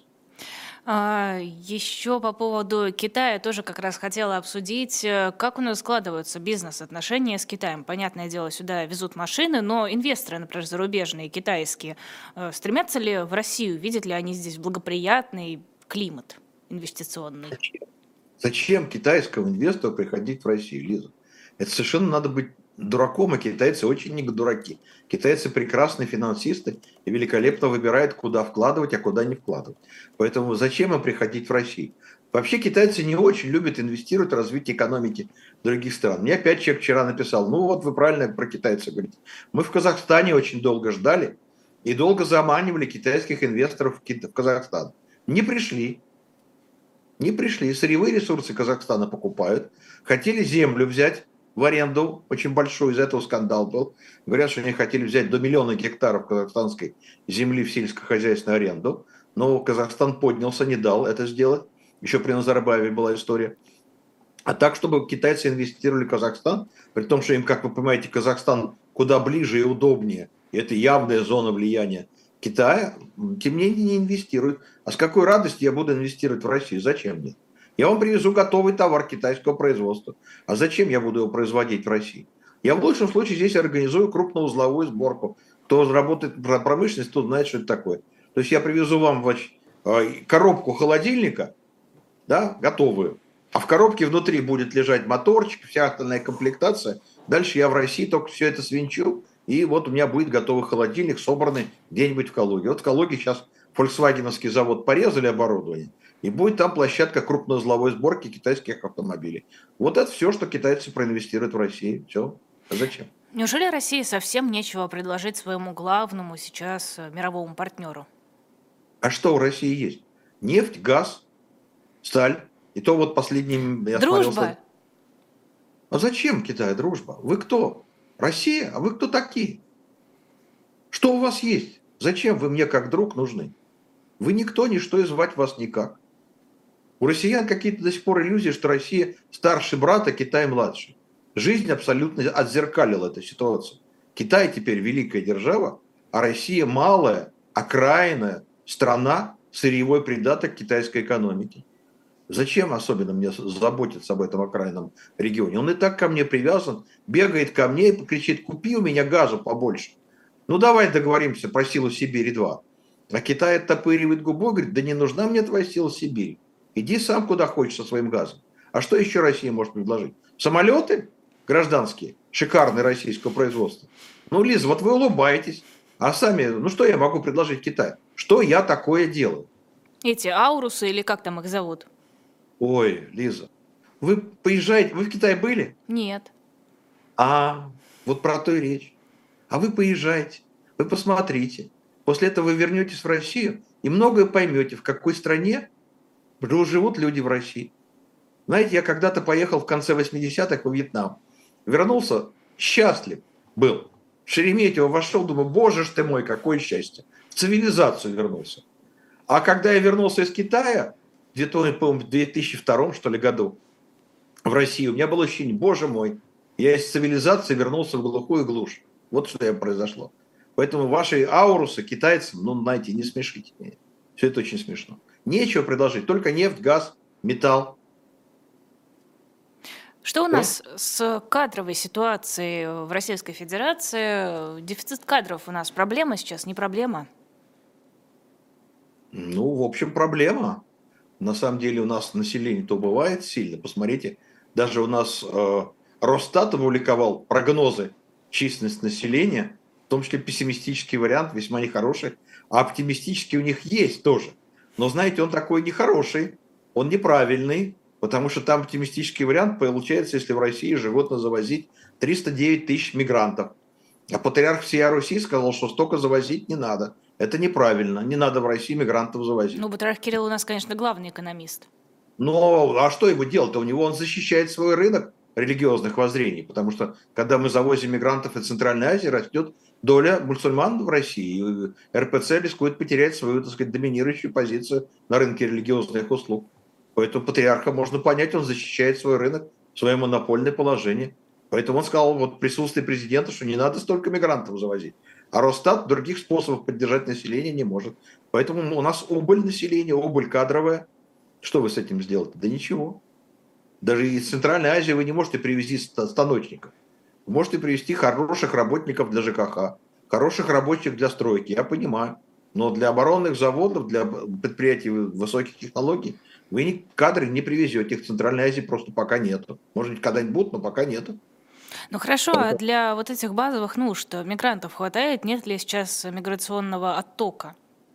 Еще по поводу Китая тоже как раз хотела обсудить, как у нас складываются бизнес-отношения с Китаем. Понятное дело, сюда везут машины, но инвесторы, например, зарубежные, китайские, стремятся ли в Россию, видят ли они здесь благоприятный климат инвестиционный? Зачем китайскому инвестору приходить в Россию, Лиза? Это совершенно надо быть дураком, а китайцы очень не дураки. Китайцы прекрасные финансисты и великолепно выбирают, куда вкладывать, а куда не вкладывать. Поэтому зачем им приходить в Россию? Вообще китайцы не очень любят инвестировать в развитие экономики других стран. Мне опять человек вчера написал, ну вот вы правильно про китайцев говорите. Мы в Казахстане очень долго ждали и долго заманивали китайских инвесторов в Казахстан. Не пришли. Не пришли. Сырьевые ресурсы Казахстана покупают. Хотели землю взять в аренду, очень большой, из-за этого скандал был. Говорят, что они хотели взять до 1 000 000 гектаров казахстанской земли в сельскохозяйственную аренду. Но Казахстан поднялся, не дал это сделать. Еще при Назарбаеве была история. А так, чтобы китайцы инвестировали в Казахстан, при том, что им, как вы понимаете, Казахстан куда ближе и удобнее, и это явная зона влияния Китая, тем не менее не инвестируют. А с какой радостью я буду инвестировать в Россию? Зачем мне? Я вам привезу готовый товар китайского производства. А зачем я буду его производить в России? Я в лучшем случае здесь организую крупноузловую сборку. Кто работает в промышленности, тот знает, что это такое. То есть я привезу вам коробку холодильника, да, готовую, а в коробке внутри будет лежать моторчик, вся остальная комплектация. Дальше я в России только все это свинчу, и вот у меня будет готовый холодильник, собранный где-нибудь в Калуге. Вот в Калуге сейчас фольксвагеновский завод порезали оборудование, и будет там площадка крупноузловой сборки китайских автомобилей. Вот это все, что китайцы проинвестируют в России. Все. А зачем? Неужели России совсем нечего предложить своему главному сейчас мировому партнеру? А что у России есть? Нефть, газ, сталь. И то вот последним я смотрел... Дружба! А зачем Китай дружба? Вы кто? Россия? А вы кто такие? Что у вас есть? Зачем вы мне как друг нужны? Вы никто, ничто, и звать вас никак. У россиян какие-то до сих пор иллюзии, что Россия старший брат, а Китай младший. Жизнь абсолютно отзеркалила эту ситуацию. Китай теперь великая держава, а Россия малая, окраинная страна, сырьевой придаток китайской экономики. Зачем особенно мне заботиться об этом окраинном регионе? Он и так ко мне привязан, бегает ко мне и кричит, купи у меня газу побольше. Ну давай договоримся про силу Сибири-2. А Китай оттопыривает губу и говорит, да не нужна мне твоя сила Сибири. Иди сам куда хочешь со своим газом. А что еще Россия может предложить? Самолеты гражданские, шикарные российского производства. Ну, Лиза, вот вы улыбаетесь. А сами, ну что я могу предложить Китаю? Что я такое делаю? Эти аурусы или как там их зовут? Ой, Лиза, вы поезжаете, вы в Китае были? Нет. А, вот про то и речь. А вы поезжайте, вы посмотрите. После этого вы вернетесь в Россию и многое поймете, в какой стране живут люди в России. Знаете, я когда-то поехал в конце 80-х во Вьетнам. Вернулся счастлив был. В Шереметьево вошел, думаю, боже ж ты мой, какое счастье. В цивилизацию вернулся. А когда я вернулся из Китая, где-то, по-моему, в 2002 что ли, году в Россию, у меня было ощущение, боже мой, я из цивилизации вернулся в глухую глушь. Вот что произошло. Поэтому ваши аурусы китайцам, ну, знаете, не смешите меня. Все это очень смешно. Нечего предложить, только нефть, газ, металл. Что у Все. нас с кадровой ситуацией в Российской Федерации? Дефицит кадров у нас проблема сейчас, не проблема? Ну, в общем, проблема. На самом деле у нас население то бывает сильно. Посмотрите, даже у нас Росстат опубликовал прогнозы численности населения, в том числе пессимистический вариант, весьма нехороший, а оптимистический у них есть тоже. Но знаете, он такой нехороший, он неправильный, потому что там оптимистический вариант получается, если в России ежегодно завозить 309 тысяч мигрантов. А патриарх всея Руси сказал, что столько завозить не надо. Это неправильно. Не надо в России мигрантов завозить. Ну, Батрах Кирилл у нас, конечно, главный экономист. Но а что ему делать-то? У него он защищает свой рынок религиозных воззрений, потому что когда мы завозим мигрантов из Центральной Азии, растет доля мусульман в России. И РПЦ рискует потерять свою, так сказать, доминирующую позицию на рынке религиозных услуг. Поэтому патриарха можно понять, он защищает свой рынок, свое монопольное положение. Поэтому он сказал вот в присутствии президента, что не надо столько мигрантов завозить. А Росстат других способов поддержать население не может. Поэтому у нас убыль населения, убыль кадровая. Что вы с этим сделаете? Да ничего. Даже из Центральной Азии вы не можете привезти станочников. Вы можете привезти хороших работников для ЖКХ, хороших рабочих для стройки, я понимаю. Но для оборонных заводов, для предприятий высоких технологий вы кадры не привезете. Их в Центральной Азии просто пока нету. Может быть, когда-нибудь будут, но пока нету. Ну хорошо, а для вот этих базовых нужд мигрантов хватает? Нет ли сейчас миграционного оттока?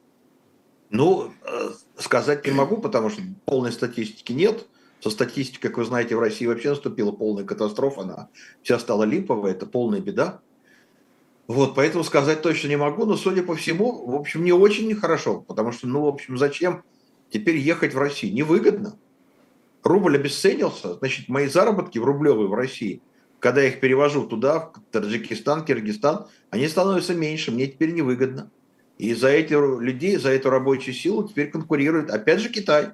Ну, сказать не могу, потому что полной статистики нет. Со статистикой, как вы знаете, в России вообще наступила полная катастрофа. Она вся стала липовая, это полная беда. Вот, поэтому сказать точно не могу, но, судя по всему, в общем, не очень нехорошо, потому что, ну, в общем, зачем теперь ехать в Россию? Невыгодно. Рубль обесценился, значит, мои заработки в рублевые в России, когда я их перевожу туда, в Таджикистан, Киргизстан, они становятся меньше, мне теперь невыгодно. И за эти людей, за эту рабочую силу теперь конкурирует, опять же, Китай.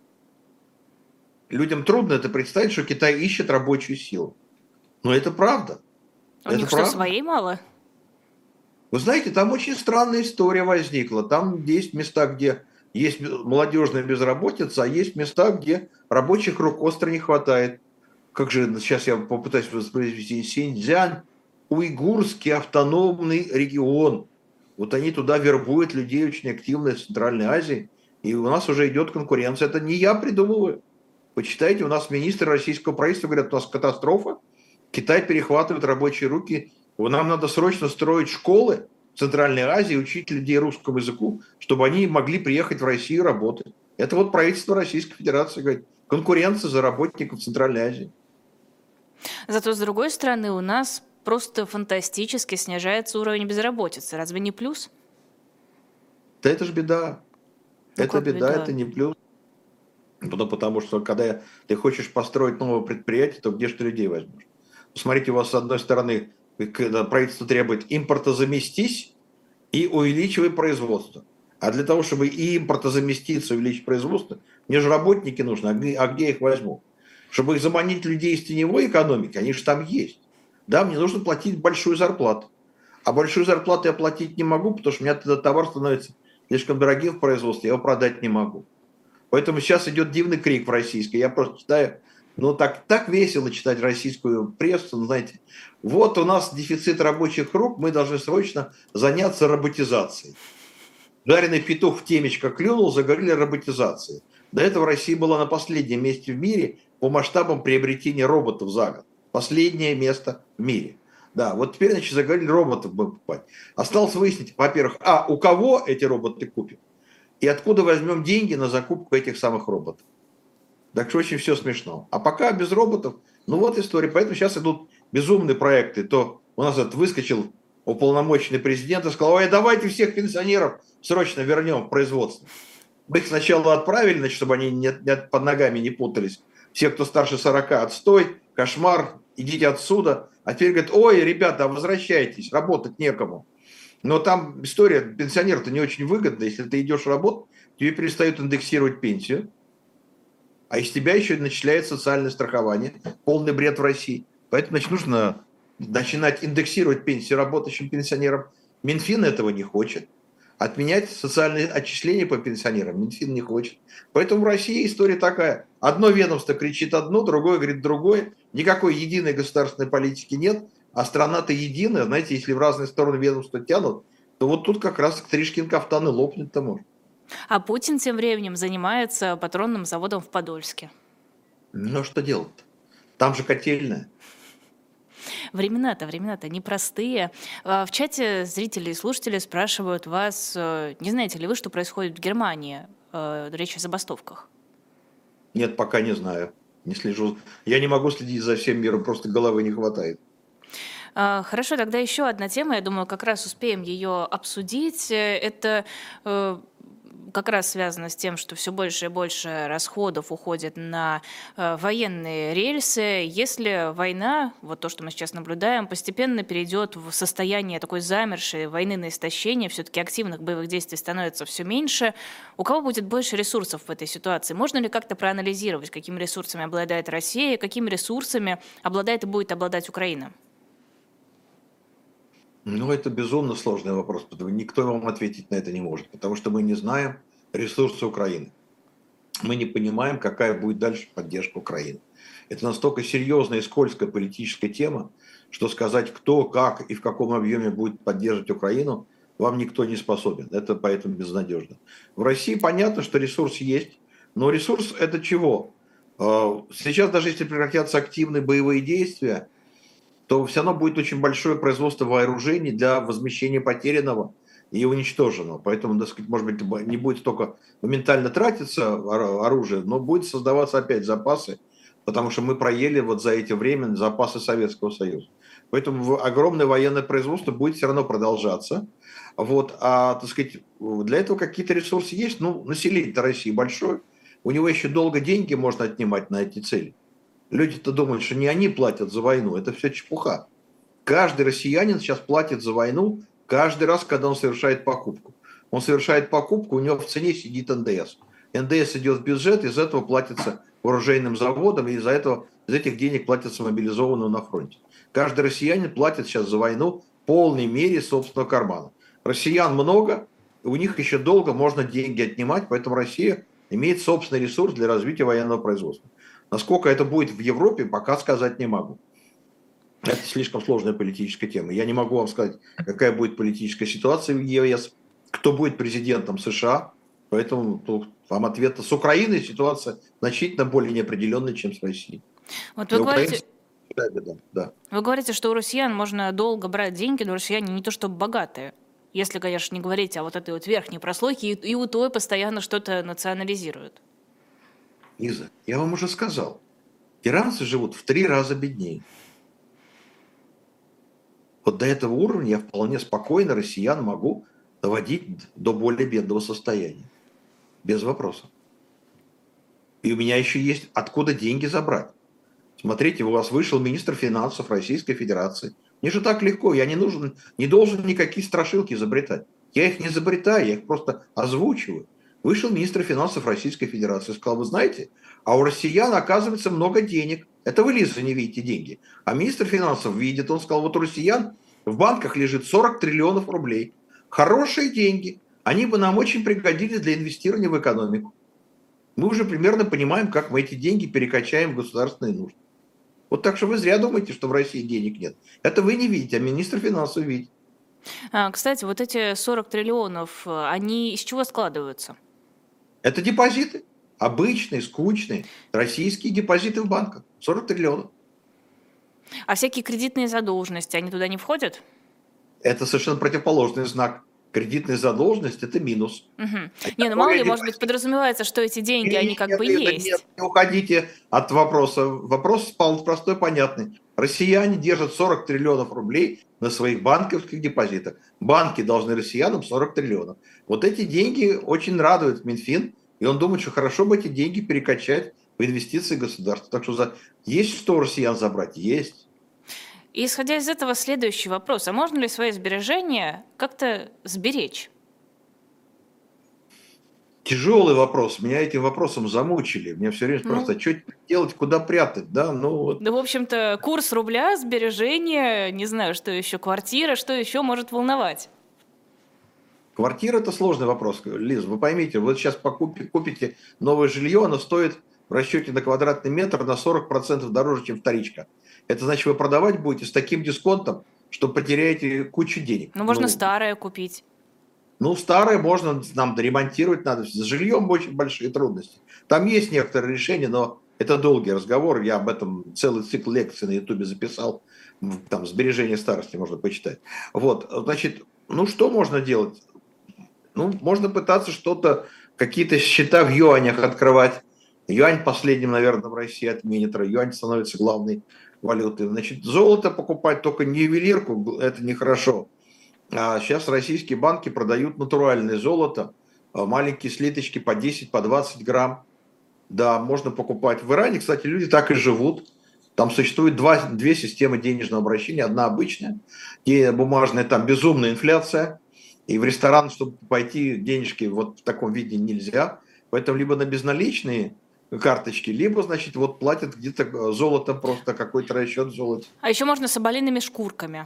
Людям трудно это представить, что Китай ищет рабочую силу. Но это правда. У Это них что, правда. своей мало? Вы знаете, там очень странная история возникла. Там есть места, где есть молодежная безработица, а есть места, где рабочих рук остро не хватает. Как же, сейчас я попытаюсь воспроизвести, Синьцзянь, уйгурский автономный регион. Вот они туда вербуют людей очень активно из Центральной Азии. И у нас уже идет конкуренция. Это не я придумываю. Почитайте, у нас министры российского правительства говорят, у нас катастрофа. Китай перехватывает рабочие руки. Нам надо срочно строить школы в Центральной Азии, учить людей русскому языку, чтобы они могли приехать в Россию работать. Это вот правительство Российской Федерации говорит. Конкуренция за работников в Центральной Азии. Зато, с другой стороны, у нас просто фантастически снижается уровень безработицы. Разве не плюс? Да это же беда. Ну Это как беда, беда? это не плюс. Потому что когда ты хочешь построить новое предприятие, то где же ты людей возьмешь? Посмотрите, у вас с одной стороны когда правительство требует импортозаместись и увеличивай производство. А для того, чтобы и импортозаместиться, и увеличить производство, мне же работники нужны, а где я их возьму? Чтобы их заманить людей из теневой экономики, они же там есть. Да, мне нужно платить большую зарплату. А большую зарплату я платить не могу, потому что у меня тогда товар становится слишком дорогим в производстве, я его продать не могу. Поэтому сейчас идет дивный крик в российской. Я просто читаю, ну так весело читать российскую прессу, ну, знаете. Вот у нас дефицит рабочих рук, мы должны срочно заняться роботизацией. Жареный петух в темечко клюнул, заговорили о роботизации. До этого Россия была на последнем месте в мире по масштабам приобретения роботов за год. Последнее место в мире. Да, вот теперь, значит, заговорили роботов будем покупать. Осталось выяснить, во-первых, у кого эти роботы купят? И откуда возьмем деньги на закупку этих самых роботов. Так что очень все смешно. А пока без роботов, ну вот история. Поэтому сейчас идут безумные проекты. То у нас выскочил уполномоченный президент и сказал, ой, давайте всех пенсионеров срочно вернем в производство. Мы их сначала отправили, значит, чтобы они под ногами не путались Все, кто старше 40, отстой, кошмар, идите отсюда. А теперь говорят, ой, ребята, возвращайтесь, работать некому. Но там история, пенсионеру-то не очень выгодна. Если ты идешь работать, тебе перестают индексировать пенсию, а из тебя еще начисляет социальное страхование. Полный бред в России. Поэтому, значит, нужно начинать индексировать пенсии работающим пенсионерам. Минфин этого не хочет. Отменять социальные отчисления по пенсионерам Минфин не хочет. Поэтому в России история такая. Одно ведомство кричит одно, другое говорит другое. Никакой единой государственной политики нет. А страна-то единая. Знаете, если в разные стороны ведомства тянут, то вот тут как раз Тришкин кафтан и лопнет-то может. А Путин тем временем занимается патронным заводом в Подольске. Ну, что делать-то? Там же котельная. Времена-то непростые. В чате зрители и слушатели спрашивают вас, не знаете ли вы, что происходит в Германии? Речь о забастовках. Нет, пока не знаю. Не слежу. Я не могу следить за всем миром, просто головы не хватает. Хорошо, тогда еще одна тема, я думаю, как раз успеем ее обсудить. Это как раз связано с тем, что все больше и больше расходов уходит на военные рельсы. Если война, вот то, что мы сейчас наблюдаем, постепенно перейдет в состояние такой замершей войны на истощение, все-таки активных боевых действий становится все меньше, у кого будет больше ресурсов в этой ситуации? Можно ли как-то проанализировать, какими ресурсами обладает Россия, какими ресурсами обладает и будет обладать Украина? Ну, это безумно сложный вопрос, потому что никто вам ответить на это не может, потому что мы не знаем ресурсы Украины. Мы не понимаем, какая будет дальше поддержка Украины. Это настолько серьезная и скользкая политическая тема, что сказать, кто, как и в каком объеме будет поддерживать Украину, вам никто не способен. Это поэтому безнадежно. В России понятно, что ресурс есть, но ресурс это чего? Сейчас даже если прекратятся активные боевые действия, то все равно будет очень большое производство вооружений для возмещения потерянного и уничтоженного. Поэтому, так сказать, может быть, не будет столько моментально тратиться оружие, но будет создаваться опять запасы, потому что мы проели вот за эти время запасы Советского Союза. Поэтому огромное военное производство будет все равно продолжаться. Вот, а, так сказать, для этого какие-то ресурсы есть. Ну, население-то России большое. У него еще долго деньги можно отнимать на эти цели. Люди-то думают, что не они платят за войну, это все чепуха. Каждый россиянин сейчас платит за войну каждый раз, когда он совершает покупку. Он совершает покупку, у него в цене сидит НДС. НДС идет в бюджет, из этого платится вооружейным заводам, и из этих денег платятся мобилизованным на фронте. Каждый россиянин платит сейчас за войну в полной мере собственного кармана. Россиян много, у них еще долго можно деньги отнимать, поэтому Россия имеет собственный ресурс для развития военного производства. Насколько это будет в Европе, пока сказать не могу. Это слишком сложная политическая тема. Я не могу вам сказать, какая будет политическая ситуация в ЕС, кто будет президентом США. Поэтому вам ответ: с Украиной ситуация значительно более неопределенная, чем с Россией. Вот вы говорите, что у россиян можно долго брать деньги, но россияне не то чтобы богатые. Если, конечно, не говорить о вот этой вот верхней прослойке, и у той постоянно что-то национализируют. Лиза, я вам уже сказал, иранцы живут в 3 раза беднее. Вот до этого уровня я вполне спокойно россиян могу доводить до более бедного состояния. Без вопросов. И у меня еще есть откуда деньги забрать. Смотрите, у вас вышел министр финансов Российской Федерации. Мне же так легко, я не должен никакие страшилки изобретать. Я их не изобретаю, я их просто озвучиваю. Вышел министр финансов Российской Федерации и сказал: вы знаете, а у россиян оказывается много денег. Это вы, Лиза, не видите деньги. А министр финансов видит, он сказал: вот у россиян в банках лежит 40 триллионов рублей. Хорошие деньги. Они бы нам очень пригодились для инвестирования в экономику. Мы уже примерно понимаем, как мы эти деньги перекачаем в государственные нужды. Вот так что вы зря думаете, что в России денег нет. Это вы не видите, а министр финансов видит. Кстати, вот эти 40 триллионов, они из чего складываются? Это депозиты. Обычные, скучные, российские депозиты в банках. 40 триллионов. А всякие кредитные задолженности, они туда не входят? Это совершенно противоположный знак. Кредитная задолженность – это минус. Угу. Не, ну мало ли, может быть, подразумевается, что эти деньги, они как бы есть. Нет, не уходите от вопроса. Вопрос простой, понятный. Россияне держат 40 триллионов рублей на своих банковских депозитах. Банки должны россиянам 40 триллионов. Вот эти деньги очень радуют Минфин, и он думает, что хорошо бы эти деньги перекачать в инвестиции государства. Так что есть что у россиян забрать? Есть. И исходя из этого следующий вопрос. А можно ли свои сбережения как-то сберечь? Тяжелый вопрос. Меня этим вопросом замучили. Меня все время Ну, спрашивают, а что делать, куда прятать? Да, ну вот. да, в общем-то, курс рубля, сбережения, не знаю, что еще, квартира, что еще может волновать? Квартира – это сложный вопрос, Лиз. Вы поймите, вы сейчас купите новое жилье, оно стоит в расчете на квадратный метр на 40% дороже, чем вторичка. Это значит, вы продавать будете с таким дисконтом, что потеряете кучу денег. Ну, можно старое купить. Ну, старое можно нам доремонтировать надо. С жильем очень большие трудности. Там есть некоторые решения, но это долгий разговор. Я об этом целый цикл лекций на Ютубе записал. Там «Сбережение старости» можно почитать. Вот, значит, ну что можно делать? Ну, можно пытаться что-то, какие-то счета в юанях открывать. Юань последним, наверное, в России отменит. Юань становится главной валютой. Значит, золото покупать, только не ювелирку, это нехорошо. А сейчас российские банки продают натуральное золото, маленькие слиточки по 10, по 20 грамм. Да, можно покупать. В Иране, кстати, люди так и живут. Там существует две системы денежного обращения. Одна обычная, где бумажная, там безумная инфляция. И в ресторан, чтобы пойти, денежки вот в таком виде нельзя. Поэтому либо на безналичные карточки, либо, значит, вот платят где-то золото, просто какой-то расчет золота. А еще можно соболиными шкурками.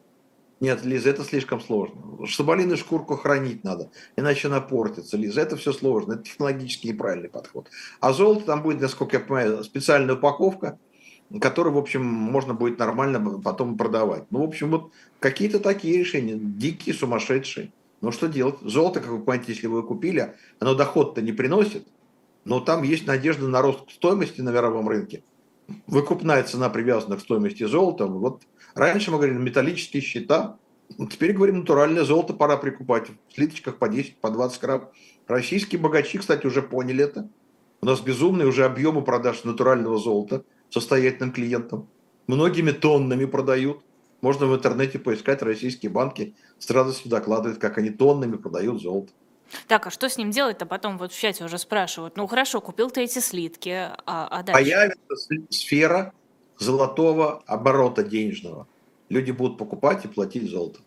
Нет, Лиза, это слишком сложно. Соболиную шкурку хранить надо, иначе она портится, Лиза. Это все сложно, это технологически неправильный подход. А золото там будет, насколько я понимаю, специальная упаковка, которую, в общем, можно будет нормально потом продавать. Ну, в общем, вот какие-то такие решения, дикие, сумасшедшие. Но что делать? Золото, как вы понимаете, если вы купили, оно доход-то не приносит, но там есть надежда на рост стоимости на мировом рынке. Выкупная цена привязана к стоимости золота. Вот раньше мы говорили металлические счета, теперь говорим натуральное золото пора прикупать в слиточках по 10, по 20 грамм. Российские богачи, кстати, уже поняли это. У нас безумные уже объемы продаж натурального золота состоятельным клиентам. Многими тоннами продают. Можно в интернете поискать, российские банки с радостью докладывают, как они тоннами продают золото. Так, а что с ним делать-то? Потом вот в чате уже спрашивают. Ну хорошо, купил ты эти слитки, а дальше? Появится сфера золотого оборота денежного. Люди будут покупать и платить золото.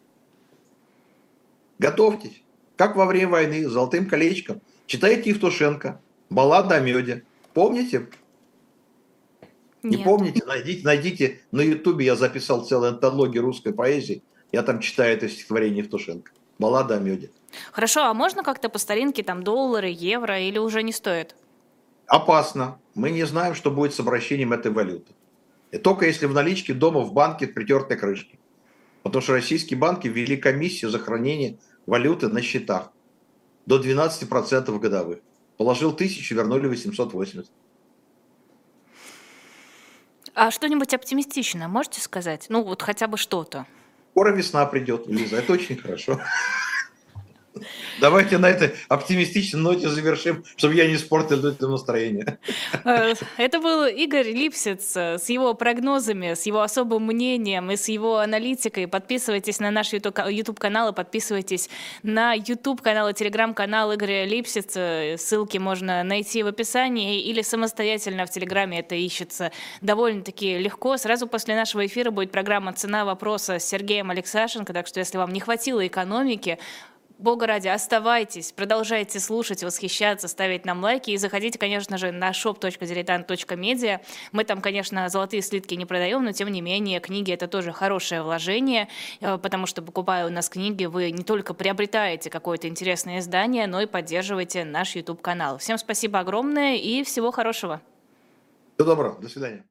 Готовьтесь. Как во время войны, с золотым колечком. Читайте Евтушенко, баллада о меде. Помните? Не Нет. помните? Найдите на Ютубе, я записал целую антологию русской поэзии. Я там читаю это стихотворение Евтушенко. Баллада о меде. Хорошо, а можно как-то по старинке там доллары, евро или уже не стоит? Опасно. Мы не знаем, что будет с обращением этой валюты. И только если в наличке дома в банке притертой крышки. Потому что российские банки ввели комиссию за хранение валюты на счетах до 12% годовых. Положил 1000, вернули 880. А что-нибудь оптимистичное можете сказать? Ну вот хотя бы что-то. Скоро весна придет, Лиза, это очень хорошо. Давайте на этой оптимистичной ноте завершим, чтобы я не испортил это настроение. Это был Игорь Липсиц с его прогнозами, с его особым мнением и с его аналитикой. Подписывайтесь на наш YouTube-канал и подписывайтесь на YouTube-канал и Telegram-канал Игоря Липсица. Ссылки можно найти в описании или самостоятельно в Телеграме. Это ищется довольно-таки легко. Сразу после нашего эфира будет программа «Цена вопроса» с Сергеем Алексашенко. Так что если вам не хватило экономики, Бога ради, оставайтесь, продолжайте слушать, восхищаться, ставить нам лайки и заходите, конечно же, на shop.diletant.media. Мы там, конечно, золотые слитки не продаем, но тем не менее книги — это тоже хорошее вложение, потому что, покупая у нас книги, вы не только приобретаете какое-то интересное издание, но и поддерживаете наш YouTube-канал. Всем спасибо огромное и всего хорошего. Всего доброго, до свидания.